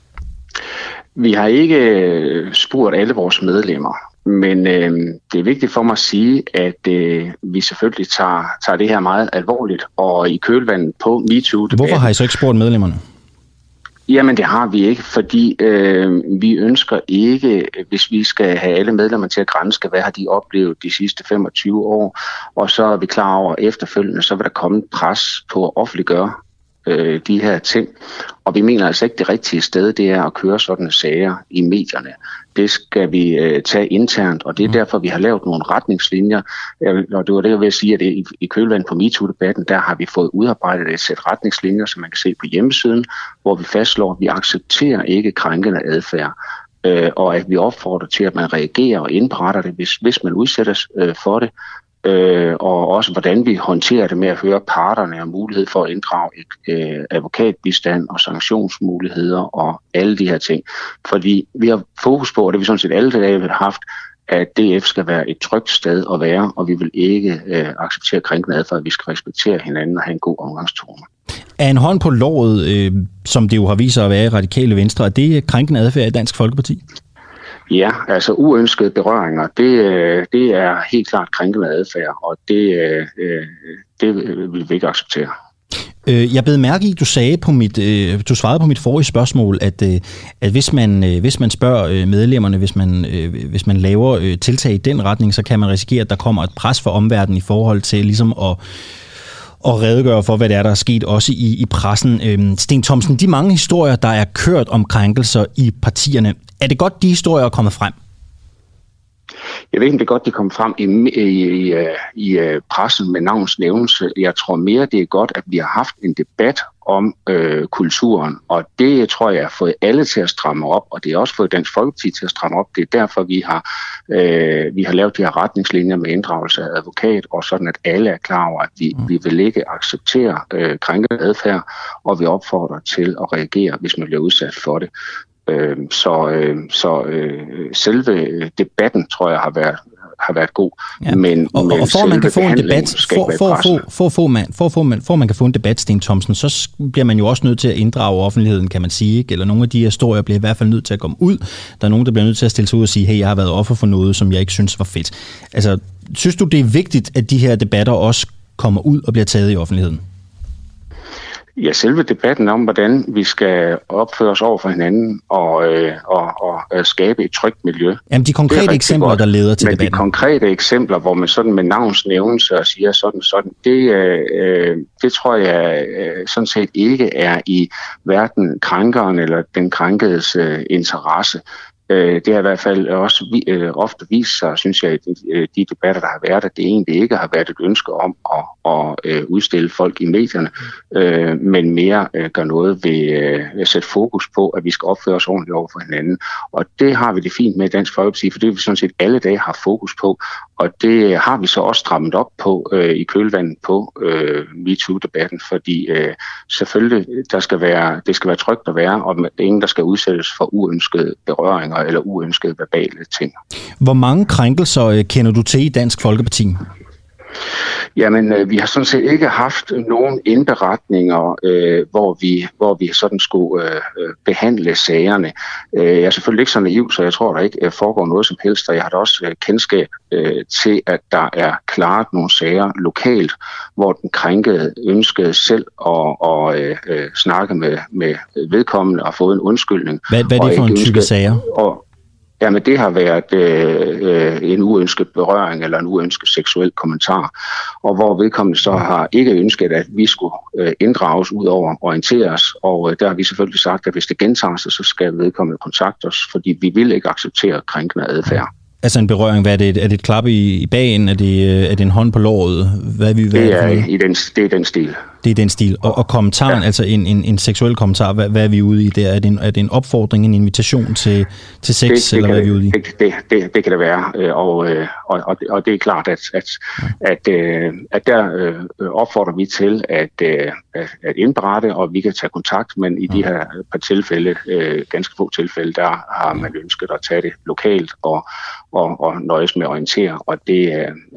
Speaker 9: Vi har ikke spurgt alle vores medlemmer, men øh, det er vigtigt for mig at sige, at øh, vi selvfølgelig tager, tager det her meget alvorligt, og i kølvandet på MeToo-debatten.
Speaker 1: Hvorfor har I så ikke spurgt medlemmerne?
Speaker 9: Jamen det har vi ikke, fordi øh, vi ønsker ikke, hvis vi skal have alle medlemmer til at granske, hvad har de oplevet de sidste femogtyve år, og så er vi klar over efterfølgende, så vil der komme et pres på at offentliggøre øh, de her ting. Og vi mener altså ikke, det rigtige sted, det er at køre sådan sager i medierne. Det skal vi øh, tage internt, og det er derfor, vi har lavet nogle retningslinjer. Og det var det, jeg vil sige, at det, i, i kølvandet på MeToo-debatten, der har vi fået udarbejdet et sæt retningslinjer, som man kan se på hjemmesiden, hvor vi fastslår, at vi accepterer ikke krænkende adfærd. Øh, og at vi opfordrer til, at man reagerer og indberetter det, hvis, hvis man udsættes øh, for det. Øh, og også hvordan vi håndterer det med at høre parterne og mulighed for at inddrage øh, advokatbistand og sanktionsmuligheder og alle de her ting. Fordi vi har fokus på, og det vi sådan set alle dage har haft, at D F skal være et trygt sted at være, og vi vil ikke øh, acceptere krænkende adfærd, at vi skal respektere hinanden og have en god omgangstone.
Speaker 1: Er en hånd på låret, øh, som det jo har vist sig at være i Radikale Venstre, er det krænkende adfærd i Dansk Folkeparti?
Speaker 9: Ja, altså uønskede berøringer, det, det er helt klart krænkende adfærd, og det, det vil vi ikke acceptere.
Speaker 1: Øh, jeg bed mærke i, du sagde på mit, øh, du svarede på mit forrige spørgsmål, at, øh, at hvis man øh, hvis man spørger øh, medlemmerne, hvis man øh, hvis man laver øh, tiltag i den retning, så kan man risikere, at der kommer et pres fra omverdenen i forhold til ligesom at og redegøre for, hvad det er, der er sket også i, i pressen. Øhm, Sten Thomsen, de mange historier, der er kørt om krænkelser i partierne, er det godt, de historier er kommet frem?
Speaker 9: Jeg ved ikke, om det er godt, de kommer frem i, i, i, i pressen med navns nævnelse. Jeg tror mere, det er godt, at vi har haft en debat om øh, kulturen, og det tror jeg har fået alle til at stramme op, og det har også fået Dansk Folkeparti til at stramme op. Det er derfor, vi har, øh, vi har lavet de her retningslinjer med inddragelse af advokat, og sådan at alle er klar over, at vi, mm. vi vil ikke acceptere øh, krænkende adfærd, og vi opfordrer til at reagere, hvis man bliver udsat for det. Øh, så øh, så øh, selve debatten, tror jeg, har været har været god,
Speaker 1: ja.
Speaker 9: men,
Speaker 1: og,
Speaker 9: men
Speaker 1: og for man kan få en debat, for, for, for, for, for, man, for, for, man, for man kan få en debat, Sten Thomsen, så bliver man jo også nødt til at inddrage offentligheden, kan man sige, ikke? Eller nogle af de historier bliver i hvert fald nødt til at komme ud. Der er nogen, der bliver nødt til at stille sig ud og sige, hey, jeg har været offer for noget, som jeg ikke synes var fedt. Altså, synes du, det er vigtigt, at de her debatter også kommer ud og bliver taget i offentligheden?
Speaker 9: Ja, selve debatten om, hvordan vi skal opføre os over for hinanden og, øh, og, og skabe et trygt miljø.
Speaker 1: Jamen de konkrete eksempler, godt, der leder til
Speaker 9: men
Speaker 1: debatten.
Speaker 9: Men de konkrete eksempler, hvor man sådan med navns nævnelse og siger sådan sådan, det, øh, det tror jeg øh, sådan set ikke er i hverken krænkeren eller den krænkedes øh, interesse. Det har i hvert fald også øh, ofte vist sig, synes jeg, i de debatter, der har været, at det egentlig ikke har været et ønske om at, at øh, udstille folk i medierne, øh, men mere øh, gøre noget ved øh, at sætte fokus på, at vi skal opføre os ordentligt over for hinanden. Og det har vi det fint med i Dansk Folkeparti, for det vi sådan set alle dage har fokus på, og det har vi så også strammet op på øh, i kølvandet på øh, MeToo-debatten, fordi øh, selvfølgelig der skal være, det skal være trygt at være, og ingen, der skal udsættes for uønskede berøringer eller uønskede verbale ting.
Speaker 1: Hvor mange krænkelser kender du til i Dansk Folkeparti?
Speaker 9: Jamen, øh, vi har sådan set ikke haft nogen indberetninger, øh, hvor vi hvor vi sådan skulle øh, behandle sagerne. Øh, jeg er selvfølgelig ikke så naiv, så jeg tror, der ikke foregår noget som helst, og jeg har da også øh, kendskab øh, til, at der er klaret nogle sager lokalt, hvor den krænkede ønskede selv at og, øh, øh, snakke med, med vedkommende og fået en undskyldning.
Speaker 1: Hvad, hvad er det for en type sager?
Speaker 9: Og, Jamen det har været øh, en uønsket berøring eller en uønsket seksuel kommentar, og hvor vedkommende så har ikke ønsket, at vi skulle øh, inddrages ud over at orientere os, og øh, der har vi selvfølgelig sagt, at hvis det gentager sig, så skal vedkommende kontakte os, fordi vi vil ikke acceptere krænkende adfærd.
Speaker 1: Altså en berøring, hvad er det? Er det et klap i, i bagen? Er det, er det en hånd på låret? Hvad er vi, hvad
Speaker 9: det, er, er i den, det er den stil.
Speaker 1: Det er den stil. Og, og kommentaren, ja. altså en, en, en seksuel kommentar, hvad, hvad er vi ude i der? Er det en, er det en opfordring, en invitation til, til sex, det, det eller hvad er vi ude i?
Speaker 9: Det, det, det, det kan det være, og, og, og, og det er klart, at, at, at, at der opfordrer vi til at, at, at indberette, og vi kan tage kontakt, men i de her par tilfælde, ganske få tilfælde, der har man ønsket at tage det lokalt og, og, og nøjes med at orientere, og det,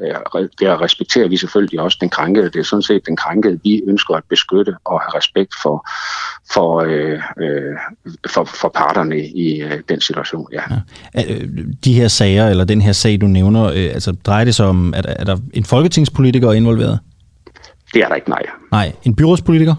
Speaker 9: der respekterer vi selvfølgelig også den krænkede. Det er sådan set den krænkede, vi ønsker at beskytte og have respekt for, for, øh, for, for parterne i øh, den situation. Ja.
Speaker 1: Ja. De her sager, eller den her sag, du nævner, øh, altså drejer det sig om, er der, er der en folketingspolitiker involveret?
Speaker 9: Det er der ikke, nej.
Speaker 1: Nej, en byrådspolitiker?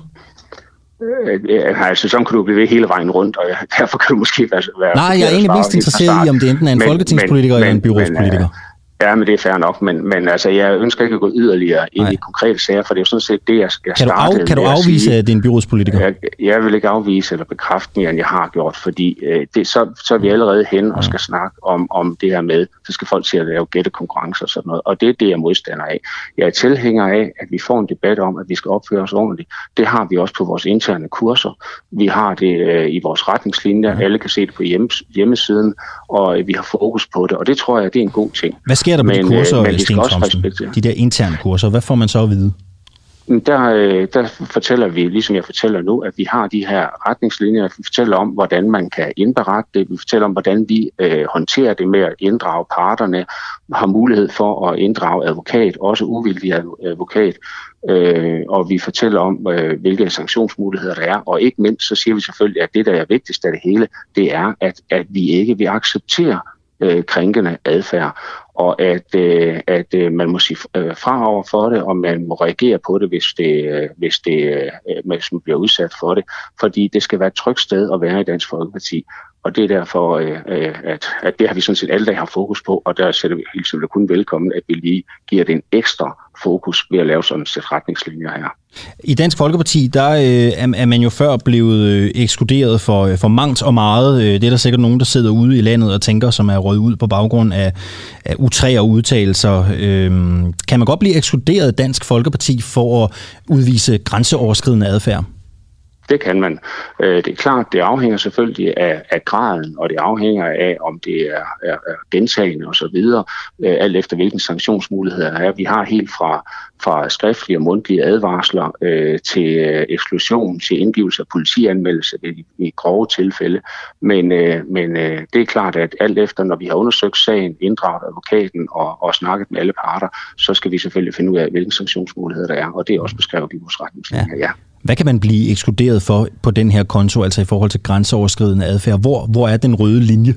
Speaker 9: Øh, altså, sådan kan du blive ved hele vejen rundt, og derfor kan du måske være... være
Speaker 1: nej, jeg er egentlig mest interesseret i, om det enten er en men, folketingspolitiker men, eller en byrådspolitiker.
Speaker 9: Men, Ja, men det er fair nok, men, men altså, jeg ønsker ikke at gå yderligere ind Nej. i konkrete sager, for det er jo sådan set det, jeg, jeg
Speaker 1: kan
Speaker 9: startede
Speaker 1: med. Kan du afvise, sige, at det er en byrådspolitiker?
Speaker 9: Jeg, jeg vil ikke afvise eller bekræfte mere, end jeg har gjort, fordi øh, det, så, så er vi allerede hen og skal snakke om, om det her med, så skal folk til at lave gættekonkurrencer og sådan noget, og det er det, jeg er modstander af. Jeg er tilhænger af, at vi får en debat om, at vi skal opføre os ordentligt. Det har vi også på vores interne kurser. Vi har det øh, i vores retningslinjer. Ja. Alle kan se det på hjem, hjemmesiden, og øh, vi har fokus på det, og det tror jeg, det er en god ting.
Speaker 1: Hvad sker der med de kurser, Sten Thomsen? De der interne kurser, hvad får man så at vide?
Speaker 9: Der, der fortæller vi, ligesom jeg fortæller nu, at vi har de her retningslinjer. Vi fortæller om, hvordan man kan indberette det. Vi fortæller om, hvordan vi øh, håndterer det med at inddrage parterne, har mulighed for at inddrage advokat, også uvildig advokat. Øh, og vi fortæller om, øh, hvilke sanktionsmuligheder der er. Og ikke mindst, så siger vi selvfølgelig, at det, der er vigtigst af det hele, det er, at, at vi ikke vil acceptere øh, krænkende adfærd, og at, øh, at øh, man må sige øh, fra over for det, og man må reagere på det, hvis, det, øh, hvis, det, øh, hvis man bliver udsat for det, fordi det skal være et trygt sted at være i Dansk Folkeparti. Og det er derfor, øh, at, at det har vi sådan set alle dage har fokus på, og der sætter vi helt sikkert kun velkommen, at vi lige giver det en ekstra fokus ved at lave sådan et sæt retningslinjer her.
Speaker 1: I Dansk Folkeparti, der øh, er man jo før blevet øh, ekskluderet for, for mangt og meget. Det er der sikkert nogen, der sidder ude i landet og tænker, som er røget ud på baggrund af, af utræer udtalelser. Øh, kan man godt blive ekskluderet af Dansk Folkeparti for at udvise grænseoverskridende adfærd?
Speaker 9: Det kan man. Det er klart, det afhænger selvfølgelig af, af graden, og det afhænger af, om det er, er, er gentagende osv., alt efter hvilken sanktionsmuligheder er. Vi har helt fra, fra skriftlige og mundtlige advarsler øh, til øh, eksklusion, til indgivelse af politianmeldelse i, i grove tilfælde. Men, øh, men øh, det er klart, at alt efter, når vi har undersøgt sagen, inddraget advokaten og, og snakket med alle parter, så skal vi selvfølgelig finde ud af, hvilke sanktionsmuligheder der er, og det er også beskrevet i vores retningslinjer, ja. ja.
Speaker 1: Hvad kan man blive ekskluderet for på den her konto, altså i forhold til grænseoverskridende adfærd? Hvor, hvor er den røde linje?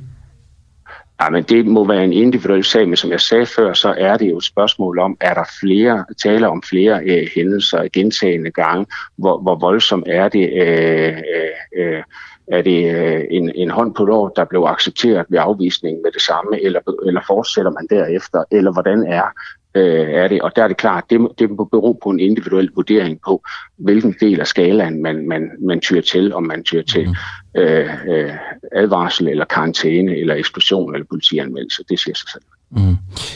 Speaker 9: Ja, men det må være en individuel sag, men som jeg sagde før, så er det jo et spørgsmål om, er der flere, taler om flere øh, hændelser gentagende gange? Hvor, hvor voldsomt er det? Øh, øh, er det øh, en, en hånd på lår, der blev accepteret ved afvisning med det samme, eller, eller fortsætter man derefter? Eller hvordan er Øh, er det, og der er det klart, det, det må bero på en individuel vurdering på, hvilken del af skalaen man, man, man tyrer til, om man tyrer til øh, øh, advarsel eller karantæne eller eksklusion eller politianmeldelse. Det siger sig selv.
Speaker 1: Mm.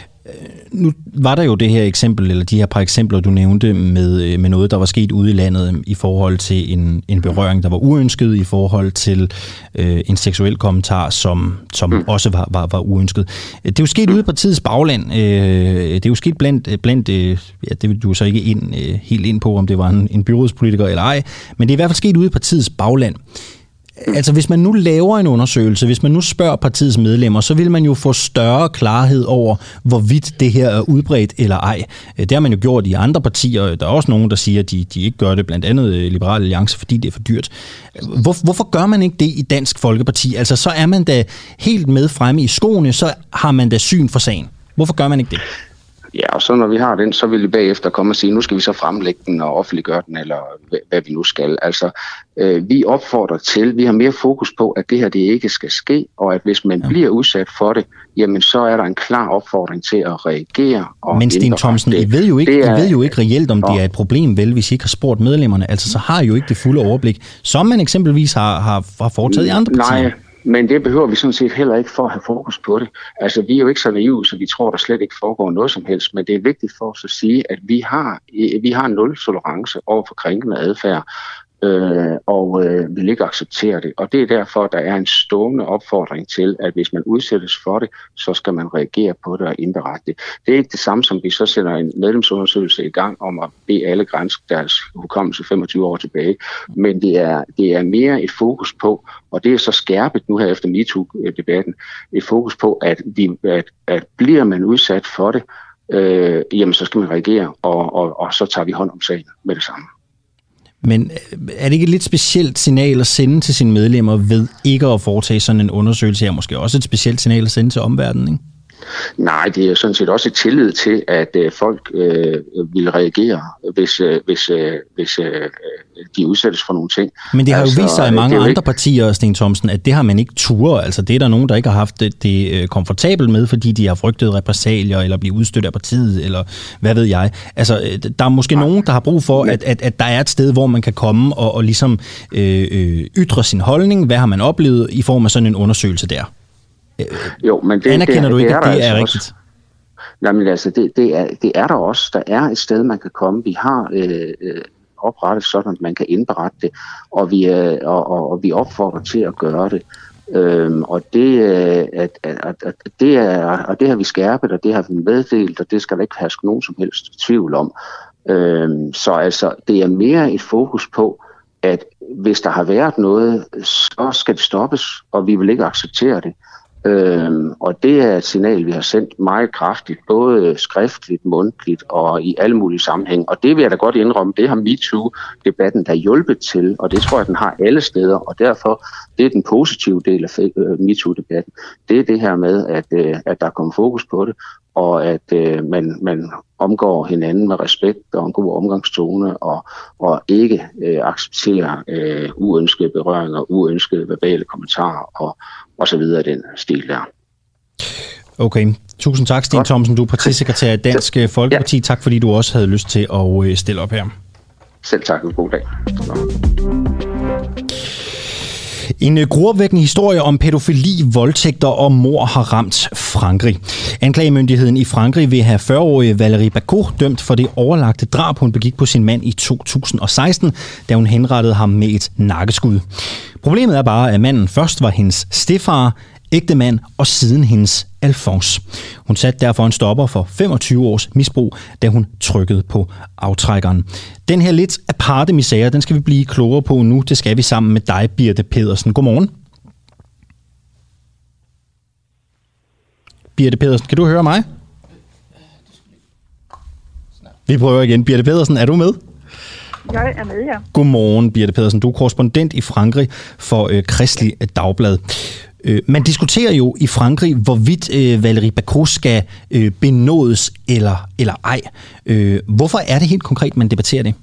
Speaker 1: Nu var der jo det her eksempel, eller de her par eksempler, du nævnte, med, med noget, der var sket ude i landet i forhold til en, en berøring, der var uønsket, i forhold til øh, en seksuel kommentar, som, som mm. også var, var, var uønsket. Det er jo sket ude i partiets bagland. Øh, det er jo sket blandt, blandt øh, ja, det vil du så ikke ind, øh, helt ind på, om det var en, en byrådspolitiker eller ej, men det er i hvert fald sket ude i partiets bagland. Altså, hvis man nu laver en undersøgelse, hvis man nu spørger partiets medlemmer, så vil man jo få større klarhed over, hvorvidt det her er udbredt eller ej. Det har man jo gjort i andre partier. Der er også nogen, der siger, at de, de ikke gør det, blandt andet Liberal Alliance, fordi det er for dyrt. Hvor, hvorfor gør man ikke det i Dansk Folkeparti? Altså, så er man da helt med fremme i skoene, så har man da syn for sagen. Hvorfor gør man ikke det?
Speaker 9: Ja, og så når vi har den, så vil vi bagefter komme og sige, nu skal vi så fremlægge den og offentliggøre den, eller hvad vi nu skal. Altså, øh, vi opfordrer til, vi har mere fokus på, at det her det ikke skal ske, og at hvis man ja. bliver udsat for det, jamen så er der en klar opfordring til at reagere. Og
Speaker 1: Men Sten Thomsen, I ved jo ikke, er, I ved jo ikke reelt, om det er et problem, vel, hvis I ikke har spurgt medlemmerne. Altså, så har I jo ikke det fulde overblik, som man eksempelvis har, har, har foretaget i andre partier.
Speaker 9: Nej. Men det behøver vi sådan set heller ikke for at have fokus på det. Altså, vi er jo ikke så naive, så vi tror, der slet ikke foregår noget som helst. Men det er vigtigt for os at sige, at vi har, vi har nul tolerance over for krænkende adfærd. Øh, og øh, vil ikke acceptere det. Og det er derfor, der er en stående opfordring til, at hvis man udsættes for det, så skal man reagere på det og indberette det. Det er ikke det samme, som vi så sender en medlemsundersøgelse i gang om at bede alle grænse deres hukommelse femogtyve år tilbage. Men det er, det er mere et fokus på, og det er så skærpet nu her efter MeToo-debatten, et fokus på, at, vi, at, at bliver man udsat for det, øh, jamen så skal man reagere, og, og, og så tager vi hånd om sagen med det samme.
Speaker 1: Men er det ikke et lidt specielt signal at sende til sine medlemmer ved ikke at foretage sådan en undersøgelse her? Måske også et specielt signal at sende til omverdenen, ikke?
Speaker 9: Nej, det er sådan set også et tillid til, at øh, folk øh, vil reagere, hvis, øh, hvis, øh, hvis øh, de udsættes for nogle ting.
Speaker 1: Men det har altså, jo vist sig i mange andre
Speaker 9: ikke...
Speaker 1: partier, Sten Thomsen, at det har man ikke turet. Altså det er der nogen, der ikke har haft det, det komfortabelt med, fordi de har frygtet repressalier, eller blive udstødt af partiet, eller hvad ved jeg. Altså der er måske Nej. nogen, der har brug for, at, at, at der er et sted, hvor man kan komme og, og ligesom øh, øh, ytre sin holdning. Hvad har man oplevet i form af sådan en undersøgelse der?
Speaker 9: Jo, men det,
Speaker 1: Anerkender
Speaker 9: det,
Speaker 1: du ikke,
Speaker 9: det er
Speaker 1: at det
Speaker 9: altså
Speaker 1: er
Speaker 9: rigtigt?
Speaker 1: Også.
Speaker 9: Nej, men altså, det, det, er, det er der også. Der er et sted, man kan komme. Vi har øh, oprettet sådan, at man kan indberette det, og vi, øh, og, og, og vi opfordrer til at gøre det. Øhm, og, det, at, at, at, det er, og det har vi skærpet, og det har vi meddelt, og det skal der ikke herske nogen som helst tvivl om. Øhm, så altså, det er mere et fokus på, at hvis der har været noget, så skal det stoppes, og vi vil ikke acceptere det. Øhm, og det er et signal, vi har sendt meget kraftigt, både skriftligt, mundtligt og i alle mulige sammenhæng. Og det vil jeg da godt indrømme, det har MeToo-debatten der hjulpet til, og det tror jeg, den har alle steder. Og derfor, det er den positive del af MeToo-debatten. Det er det her med, at, at der kommer fokus på det, og at øh, man, man omgår hinanden med respekt og en god omgangstone, og, og ikke øh, accepterer øh, uønskede berøringer, uønskede verbale kommentarer og, og så videre den stil der.
Speaker 1: Okay. Tusind tak, Sten Thomsen. Du er partisekretær i Dansk Folkeparti. Ja. Tak, fordi du også havde lyst til at stille op her.
Speaker 9: Selv tak. En god dag.
Speaker 1: En gruopvækkende historie om pædofili, voldtægter og mord har ramt Frankrig. Anklagemyndigheden i Frankrig vil have fyrre-årige Valérie Bacot dømt for det overlagte drab, hun begik på sin mand i to tusind og seksten, da hun henrettede ham med et nakkeskud. Problemet er bare, at manden først var hendes stedfar, ægtemand og siden hendes Alphonse. Hun satte derfor en stopper for femogtyve års misbrug, da hun trykkede på aftrækkeren. Den her lidt aparte misære, den skal vi blive klogere på nu. Det skal vi sammen med dig, Birte Pedersen. Godmorgen. Birte Pedersen, kan du høre mig? Vi prøver igen. Birte Pedersen, er du med?
Speaker 10: Jeg er med, ja.
Speaker 1: Godmorgen, Birte Pedersen. Du er korrespondent i Frankrig for øh, Kristelig Dagblad. Øh, man diskuterer jo i Frankrig, hvorvidt øh, Valérie Bacot skal øh, benådes eller, eller ej. Øh, hvorfor er det helt konkret, man debatterer det?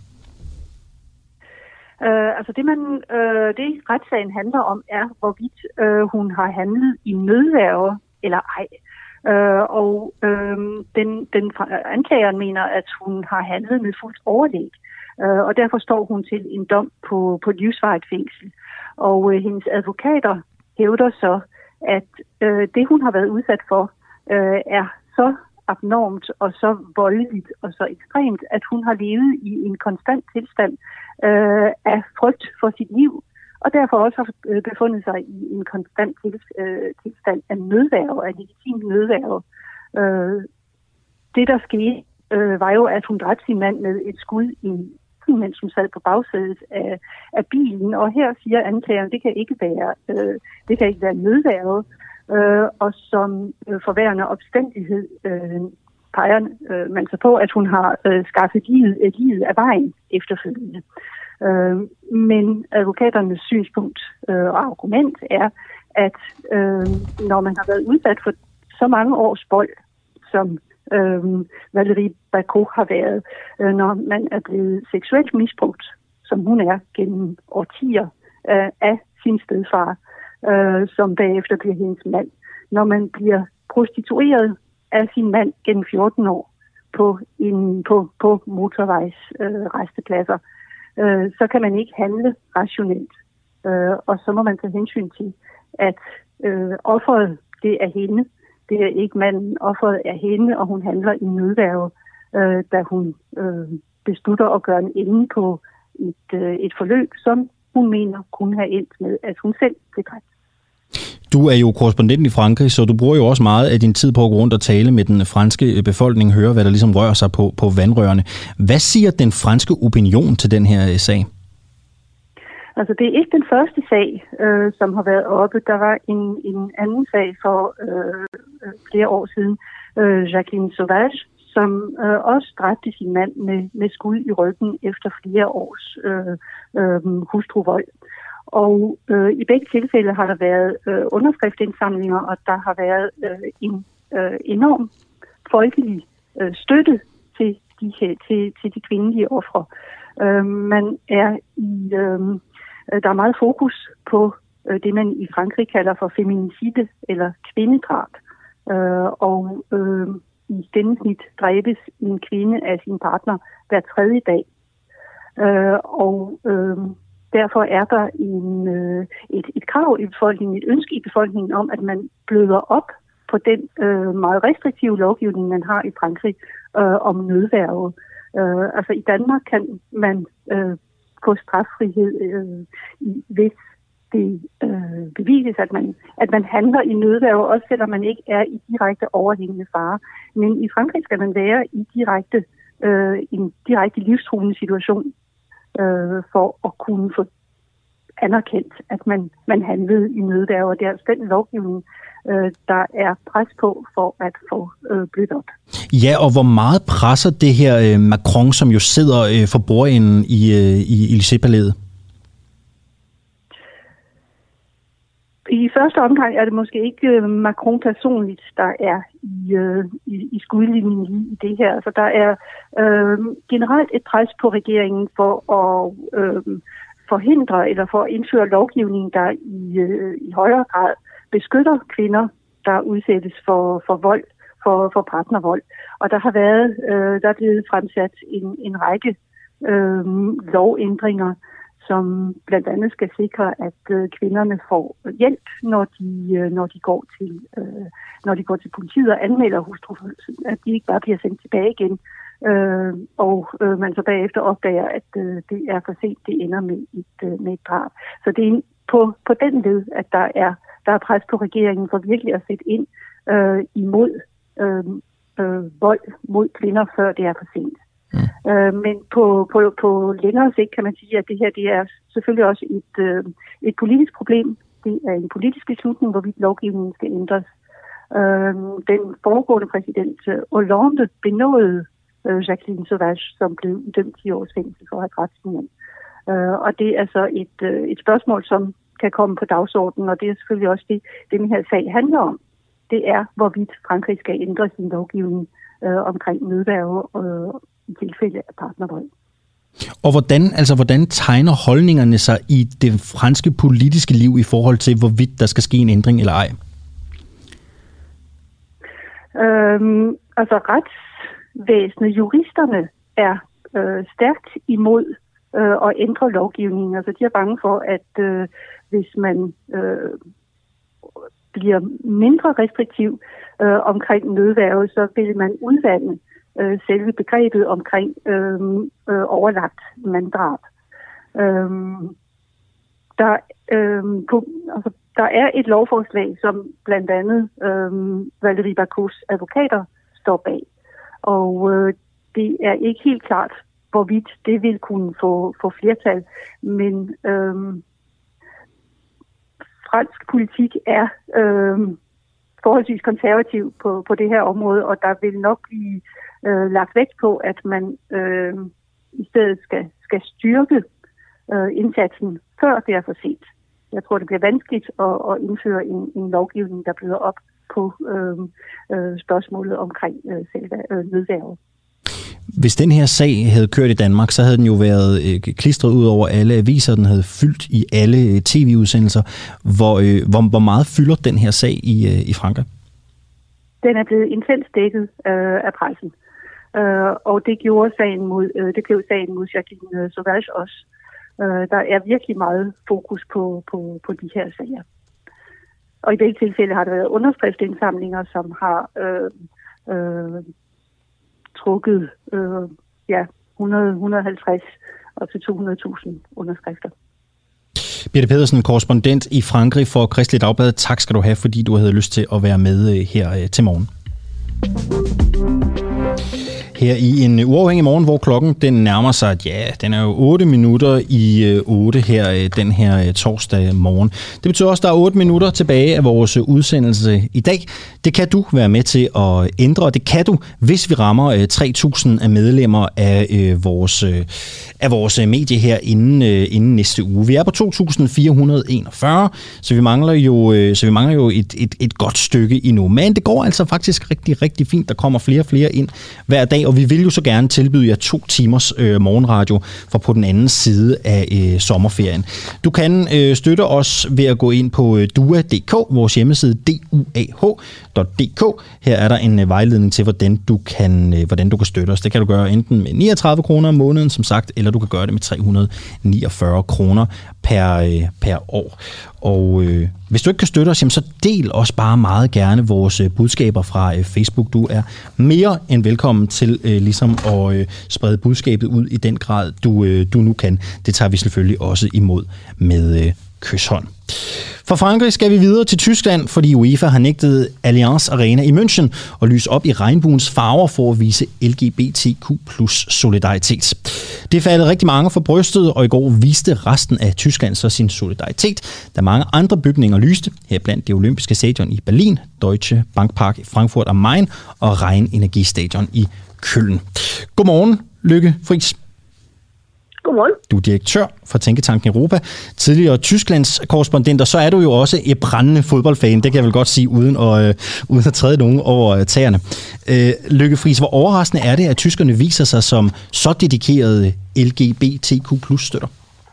Speaker 10: Uh, altså det, man, uh, det retssagen handler om, er, hvorvidt uh, hun har handlet i nødværge eller ej. Uh, og uh, den, den anklageren mener, at hun har handlet med fuldt overlæg. Uh, og derfor står hun til en dom på, på livsvarigt fængsel. Og uh, hendes advokater hævder så, at øh, det, hun har været udsat for, øh, er så abnormt og så voldeligt og så ekstremt, at hun har levet i en konstant tilstand øh, af frygt for sit liv, og derfor også har øh, befundet sig i en konstant til, øh, tilstand af nødværge, af legitim nødværge. Øh, det, der skete, øh, var jo, at hun dræbte sin mand med et skud i mens hun sad på bagsædet af, af bilen, og her siger anklageren, det kan ikke være, øh, det kan ikke være nødværge, øh, og som øh, forværende omstændighed øh, peger øh, man så på, at hun har øh, skaffet livet, øh, livet af vejen efterfølgende. Øh, men advokaternes synspunkt øh, og argument er, at øh, når man har været udsat for så mange års vold, som Øhm, Valérie Bacot har været, øh, når man er blevet seksuelt misbrugt, som hun er gennem årtier øh, af sin stedfar, øh, som bagefter bliver hendes mand. Når man bliver prostitueret af sin mand gennem fjorten år på, en, på, på motorvejs øh, restepladser, øh, så kan man ikke handle rationelt. Øh, og så må man tage hensyn til, at øh, offeret, det er hende. Det er ikke manden. Offeret er hende, og hun handler i nødværge, øh, da hun øh, beslutter at gøre en ende på et, øh, et forløb, som hun mener kunne have endt med, at hun selv blev dræbt.
Speaker 1: Du er jo korrespondent i Frankrig, så du bruger jo også meget af din tid på at gå rundt og tale med den franske befolkning, høre, hvad der ligesom rører sig på, på vandrørene. Hvad siger den franske opinion til den her sag?
Speaker 10: Altså, det er ikke den første sag, øh, som har været oppe. Der var en, en anden sag for øh, flere år siden, øh, Jacqueline Sauvage, som øh, også dræbte sin mand med, med skud i ryggen efter flere års øh, øh, hustruvold. Og øh, i begge tilfælde har der været øh, underskriftsindsamlinger, og der har været øh, en øh, enorm folkelig øh, støtte til de, til, til de kvindelige ofre. Øh, man er i... Øh, Der er meget fokus på øh, det, man i Frankrig kalder for feminicide eller kvindedrab. Øh, og øh, i gennemsnit dræbes en kvinde af sin partner hver tredje dag. Øh, og øh, derfor er der en, øh, et, et krav i befolkningen, et ønske i befolkningen om, at man bløder op på den øh, meget restriktive lovgivning, man har i Frankrig øh, om nødværge. Øh, altså i Danmark kan man øh, få straffrihed, øh, hvis det øh, bevises, at man, at man handler i nødværge, også selvom man ikke er i direkte overhængende fare. Men i Frankrig skal man være i direkte, øh, en direkte livstruende situation, øh, for at kunne få anerkendt, at man, man handlede i nødværge, og det er altså den lovgivning, øh, der er pres på for at få øh, blødt op.
Speaker 1: Ja, og hvor meget presser det her øh, Macron, som jo sidder øh, for bordenden i, øh, i Élysée-palæet?
Speaker 10: I første omgang er det måske ikke Macron personligt, der er i, øh, i, i skudlinjen i det her. Så der er øh, generelt et pres på regeringen for at øh, forhindre eller for at indføre lovgivning, der i, øh, i højere grad beskytter kvinder, der udsættes for, for vold, for, for partnervold. Og der har været, øh, der er blevet fremsat en, en række øh, lovændringer, som blandt andet skal sikre, at øh, kvinderne får hjælp, når de øh, når de går til øh, når de går til politiet og anmelder hustruforfølgelse, at de ikke bare bliver sendt tilbage igen, øh, og øh, man så bagefter opdager, at øh, det er for sent, det ender med et øh, med et drab. Så det er på på den led, at der er der er pres på regeringen for virkelig at sætte ind øh, imod øh, øh, vold mod kvinder, før det er for sent. Mm. Øh, men på, på, på længere sigt kan man sige, at det her det er selvfølgelig også et, øh, et politisk problem. Det er en politisk beslutning, hvorvidt lovgivningen skal ændres. Øh, den foregående præsident Hollande benåede øh, Jacqueline Sauvage, som blev dømt ti års fængsel for at have dræbt sin mand. Øh, og det er så et, øh, et spørgsmål, som kan komme på dagsordenen, og det er selvfølgelig også det, den her sag handler om. Det er, hvorvidt Frankrig skal ændre sin lovgivning øh, omkring nødværge og i tilfælde af partnervold.
Speaker 1: Og hvordan, altså, hvordan tegner holdningerne sig i det franske politiske liv i forhold til, hvorvidt der skal ske en ændring eller ej?
Speaker 10: Øhm, altså retsvæsenet, juristerne er øh, stærkt imod øh, at ændre lovgivningen. Altså de er bange for, at øh, hvis man øh, bliver mindre restriktiv øh, omkring nødværge, så vil man udvande Øh, selve begrebet omkring øh, øh, overlagt manddrab. Øh, der, øh, på, altså, der er et lovforslag, som blandt andet øh, Valérie Bacchus advokater står bag. Og øh, det er ikke helt klart, hvorvidt det vil kunne få, få flertal, men øh, fransk politik er øh, forholdsvis konservativ på, på det her område, og der vil nok blive øh, lagt vægt på, at man øh, i stedet skal, skal styrke øh, indsatsen, før det er for sent. Jeg tror, det bliver vanskeligt at, at indføre en, en lovgivning, der bløder op på øh, øh, spørgsmålet omkring øh, selve øh, nødværge.
Speaker 1: Hvis den her sag havde kørt i Danmark, så havde den jo været øh, klistret ud over alle aviser, den havde fyldt i alle øh, tv-udsendelser. Hvor, øh, hvor, hvor meget fylder den her sag i, øh, i Frankrig?
Speaker 10: Den er blevet intens dækket øh, af pressen. Øh, og det gjorde sagen mod, øh, det blev sagen mod Jacqueline Sauvage også. Øh, der er virkelig meget fokus på, på, på de her sager. Og i begge tilfælde har der været underskriftsindsamlinger, som har øh, øh, trukket øh, ja, hundrede til hundrede og halvtreds op til to hundrede tusind underskrifter.
Speaker 1: Birte Pedersen, korrespondent i Frankrig for Kristeligt Dagblad. Tak skal du have, fordi du havde lyst til at være med her til morgen. Her i en uafhængig morgen, hvor klokken den nærmer sig, ja, den er jo otte minutter i otte her, den her torsdag morgen. Det betyder også, at der er otte minutter tilbage af vores udsendelse i dag. Det kan du være med til at ændre, og det kan du, hvis vi rammer tre tusind af medlemmer af vores, af vores medie her inden, inden næste uge. Vi er på to tusind fire hundrede og enogfyrre, så vi mangler jo, så vi mangler jo et, et, et godt stykke endnu. Men det går altså faktisk rigtig, rigtig fint. Der kommer flere og flere ind hver dag, og vi vil jo så gerne tilbyde jer to timers øh, morgenradio for på den anden side af øh, sommerferien. Du kan øh, støtte os ved at gå ind på øh, dua punktum d k, vores hjemmeside d u a h punktum d k. Her er der en øh, vejledning til, hvordan du, kan, øh, hvordan du kan støtte os. Det kan du gøre enten med niogtredive kroner om måneden, som sagt, eller du kan gøre det med tre hundrede og niogfyrre kroner per, øh, per år. Og øh, hvis du ikke kan støtte os, jamen, så del også bare meget gerne vores øh, budskaber fra øh, Facebook. Du er mere end velkommen til øh, ligesom at øh, sprede budskabet ud i den grad, du, øh, du nu kan. Det tager vi selvfølgelig også imod med øh, kyshånd. Fra Frankrig skal vi videre til Tyskland, fordi UEFA har nægtet Allianz Arena i München og lyse op i regnbuens farver for at vise L G B T Q plus solidaritet. Det faldt rigtig mange for brystet, og i går viste resten af Tyskland så sin solidaritet, da mange andre bygninger lyste, heriblandt det olympiske stadion i Berlin, Deutsche Bankpark i Frankfurt am Main og Rhein Energiestadion i Köln. Godmorgen, Lykke Friis.
Speaker 11: Godmorgen.
Speaker 1: Du er direktør for Tænketanken Europa, tidligere Tysklands korrespondent, og så er du jo også et brændende fodboldfan, det kan jeg vel godt sige, uden at, øh, uden at træde nogen over øh, tæerne. Øh, Lykke Friis, hvor overraskende er det, at tyskerne viser sig som så dedikerede L G B T Q plus støtter?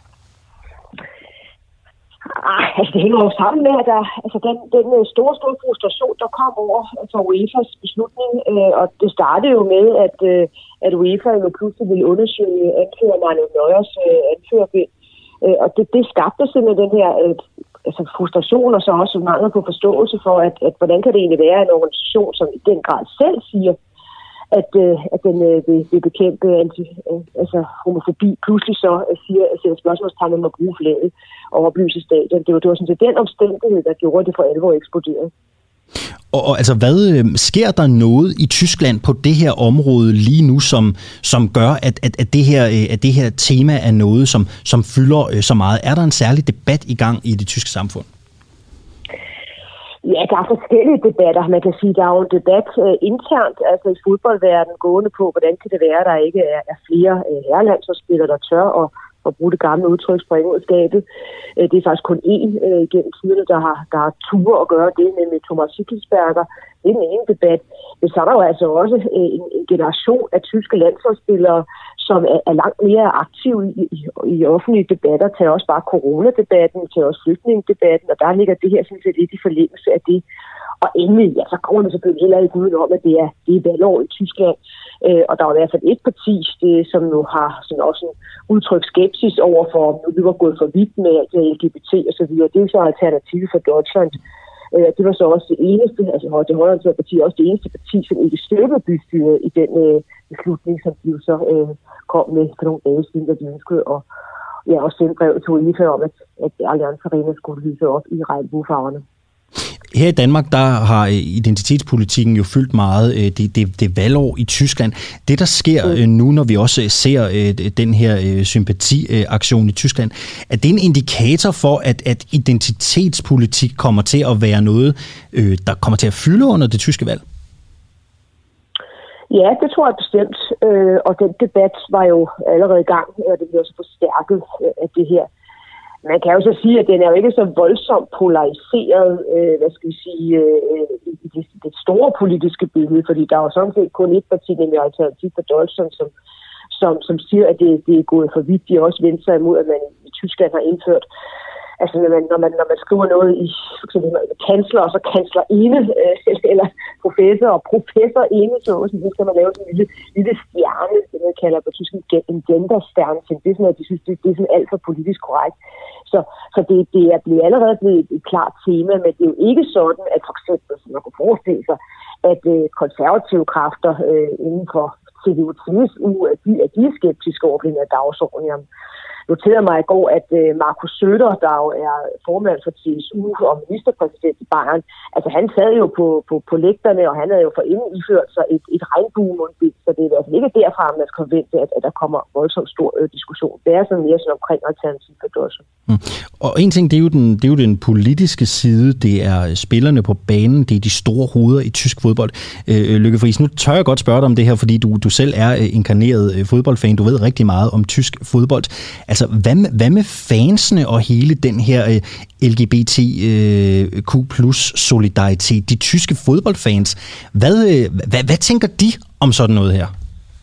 Speaker 11: Ej, altså det hænger jo sammen med, at der, altså den, den store, store frustration, der kom over altså UEFA's beslutning, øh, og det startede jo med, at, øh, at UEFA jo pludselig ville undersøge anfører Manuel Neuers øh, anførerbind, øh, og det, det skabte simpelthen den her øh, altså frustration, og så også mangel på forståelse for, at, at hvordan kan det egentlig være en organisation, som i den grad selv siger, at, øh, at den øh, vil, vil bekæmpe anti, øh, altså homofobi, pludselig så øh, siger, at sætter spørgsmålstegn om at bruge flaget og oplyse stadion. Det var, det var sådan set den omstændighed, der gjorde det for alvor eksploderet.
Speaker 1: Og, og altså, hvad øh, sker der noget i Tyskland på det her område lige nu, som, som gør, at, at, at, det her, øh, at det her tema er noget, som, som fylder øh, så meget? Er der en særlig debat i gang i det tyske samfund?
Speaker 11: Ja, der er forskellige debatter. Man kan sige, der er jo en debat uh, internt, altså i fodboldverdenen, gående på, hvordan kan det være, at der ikke er, er flere uh, herrelandsholdsspillere, der tør at, at bruge det gamle udtryk for engelskabet. Uh, det er faktisk kun én uh, gennem tiderne, der har, der har tur at gøre det, nemlig Thomas Hitzelsberger. Det er den ene debat. Men så er der jo altså også uh, en, en generation af tyske landsholdsspillere, som er, er langt mere aktive i, i, i offentlige debatter. Tag også bare coronadebatten, tag også flygtningedebatten, og der ligger det her sådan set lidt i forlængelse af det. Og endelig, ja, så kommer det selvfølgelig heller ikke uden om, at det er, det er valgår i Tyskland. Øh, og der er i hvert fald et parti, det, som nu har sådan også en udtrykt skepsis over for, om nu vi var gået for vidt med L G B T og så videre. Det er så alternativet for Deutschland. Øh, det var så også det eneste, altså det højreorienterede parti, også det eneste parti, som ikke støttede bystyret i den øh, beslutning, som de så øh, kom med for nogle dage siden, da de ønskede at ja, også sende brev til UEFA om, at, at Allianz Arena skulle lyse op i regnbuefarverne.
Speaker 1: Her i Danmark, der har identitetspolitikken jo fyldt meget. Det, det, det valgår i Tyskland. Det, der sker mm. nu, når vi også ser den her sympatiaktion i Tyskland, er det en indikator for, at, at identitetspolitik kommer til at være noget, der kommer til at fylde under det tyske valg?
Speaker 11: Ja, det tror jeg bestemt. Og den debat var jo allerede i gang, og det bliver også forstærket af det her. Man kan jo så sige, at den er jo ikke så voldsomt polariseret, øh, hvad skal vi sige, øh, i det, det store politiske billede, fordi der er jo sådan set kun et parti, nemlig Alternativ for Deutschland, som, som, som siger, at det, det er gået for vidt. De har også vendt sig imod, at man i Tyskland har indført, altså når man, når man, når man skriver noget i for eksempel kansler og så kanslerinde, øh, eller professor og professorinde, så, så skal man lave sådan en lille, lille stjerne, det man kalder på tysk en genderstjerne. Det er sådan, at de synes, det, det er sådan alt for politisk korrekt. Så, så det, det er blevet allerede blevet et klart tema, men det er jo ikke sådan, at for eksempel, som man kunne forestille sig, at øh, konservative kræfter øh, inden for C D U C S U, at de, at de er skeptiske over den her dagsorden. Jeg noterede mig i går, at øh, Markus Söder, der jo er formand for C S U og ministerpræsident i Bayern, altså han sad jo på, på, på lægterne, og han havde jo forinden iført sig et, et regnbuemundbind, så det er altså ikke derfra, man skal forvente, at, at der kommer voldsomt stor øh, diskussion. Det er sådan mere sådan omkring Alternativ for Deutschland.
Speaker 1: Mm. Og en ting, det er, jo den, det er jo den politiske side, det er spillerne på banen, det er de store hoveder i tysk fodbold. Øh, Lykke Friis, nu tør jeg godt spørge dig om det her, fordi du, du selv er øh, inkarneret øh, fodboldfan, du ved rigtig meget om tysk fodbold. Altså, hvad med, hvad med fansene og hele den her øh, L G B T Q plus solidaritet, de tyske fodboldfans? Hvad, øh, hvad, hvad tænker de om sådan noget her?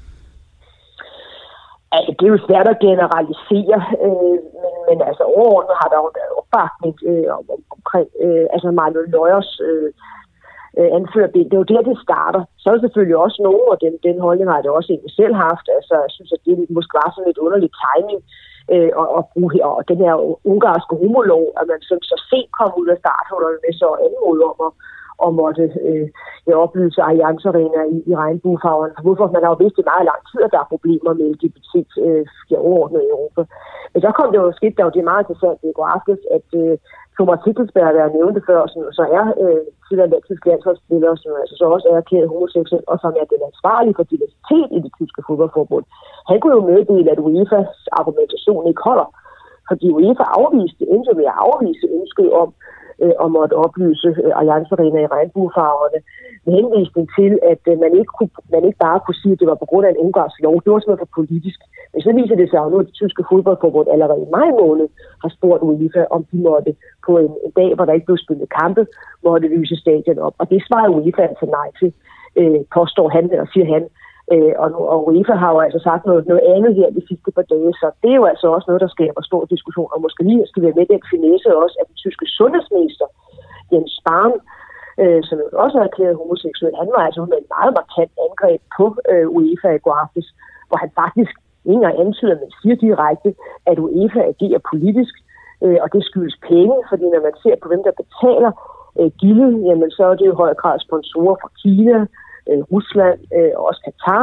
Speaker 11: Altså, det er jo svært at generalisere, øh, men, men altså overordnet har der jo været opbakning øh, om, omkring øh, altså Manuel Neuers øh, anførerbind. Det er jo der, det starter. Så er der selvfølgelig også nogen, og den, den holdning har jeg også egentlig selv haft. Altså, jeg synes, at det måske var sådan lidt underlig timing øh, at, at bruge her. Og den her ungarske homolog, at man så, så sent kom ud af starthullerne med så anmod om at, og måtte øh, oplyse Allianz Arena i, i regnbuefarverne. Hvorfor man har jo vidst i meget lang tid, at der er problemer med L G B T øh, overordnet i Europa. Men så kom det jo skidt, der jo det er meget interessant i går aftes, at øh, Thomas Hitzelsberg, der jeg nævnte før, som så er øh, tidligere dansk landsholdsspiller, som altså så også er erklæret homoseksuel, og som er den ansvarlige for diversitet i det tyske fodboldforbund. Han kunne jo meddele, at UEFA's argumentation ikke holder, fordi UEFA afviste, endte med at afvise ønsket om, øh, om at oplyse øh, Allianz Arena i regnbuefarverne, med henvisning til, at øh, man, ikke kunne, man ikke bare kunne sige, at det var på grund af en ungarsk lov. Det var simpelthen for politisk. Men så viser det sig jo nu, at det tyske fodboldforbund allerede i maj måned har spurgt UEFA, om de måtte på en, en dag, hvor der ikke blev spillet kampe, måtte lyse stadion op. Og det svarer UEFA altså nej til, øh, påstår han, eller siger han. Øh, og, og UEFA har jo altså sagt noget, noget andet her de sidste par dage, så det er jo altså også noget, der skaber stor diskussion. Og måske lige skal være med den finesse også, at den tyske sundhedsminister, Jens Spahn, øh, som jo også er erklæret homoseksuel, han var altså med et meget markant angreb på øh, UEFA i går aftes, hvor han faktisk ikke engang antyder, men siger direkte, at UEFA agerer politisk, øh, og det skyldes penge, fordi når man ser på, hvem der betaler øh, gildet, jamen så er det jo i høj grad sponsorer fra Kina, øh, Rusland øh, og også Katar,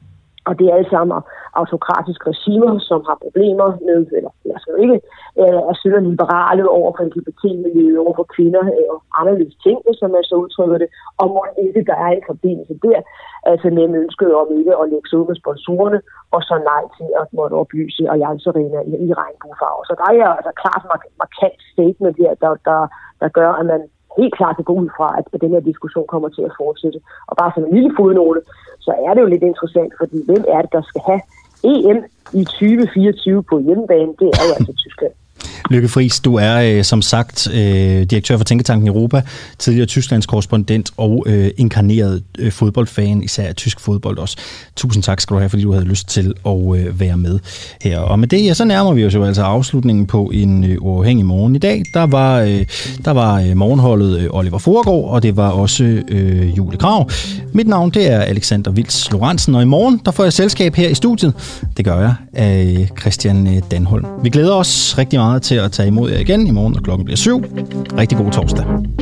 Speaker 11: og det er alle sammen autokratiske regimer, som har problemer med, eller jeg skal jo ikke, øh, er sønder liberale over for L G B T-miljøet, over for kvinder øh, og anderledes ting, som man så udtrykker det, og må ikke, der er en forbindelse der, altså med ønsket om ikke at lægge sig ud med sponsorerne, og så nej til at måtte oplyse Allianz Arena i, i regnbuefarver. Så der er altså klart mark- markant statement her, der, der, der gør, at man helt klart kan gå ud fra, at den her diskussion kommer til at fortsætte. Og bare som en lille fodnote, så er det jo lidt interessant, fordi hvem er det, der skal have E M i tyve fireogtyve på hjemmebane? Det er jo altså Tyskland.
Speaker 1: Lykke Friis, du er øh, som sagt øh, direktør for Tænketanken Europa, tidligere Tysklands korrespondent og øh, inkarneret øh, fodboldfan, især tysk fodbold også. Tusind tak skal du have, fordi du havde lyst til at øh, være med her. Og med det, ja, så nærmer vi os jo altså afslutningen på en øh, uafhængig morgen i dag. Der var, øh, der var øh, morgenholdet øh, Oliver Foregård, og det var også øh, Julie Krav. Mit navn, det er Alexander Vils Lorentzen, og i morgen, der får jeg selskab her i studiet. Det gør jeg af Christian Danholm. Vi glæder os rigtig meget til at tage imod jer igen i morgen, når klokken bliver syv. Rigtig god torsdag.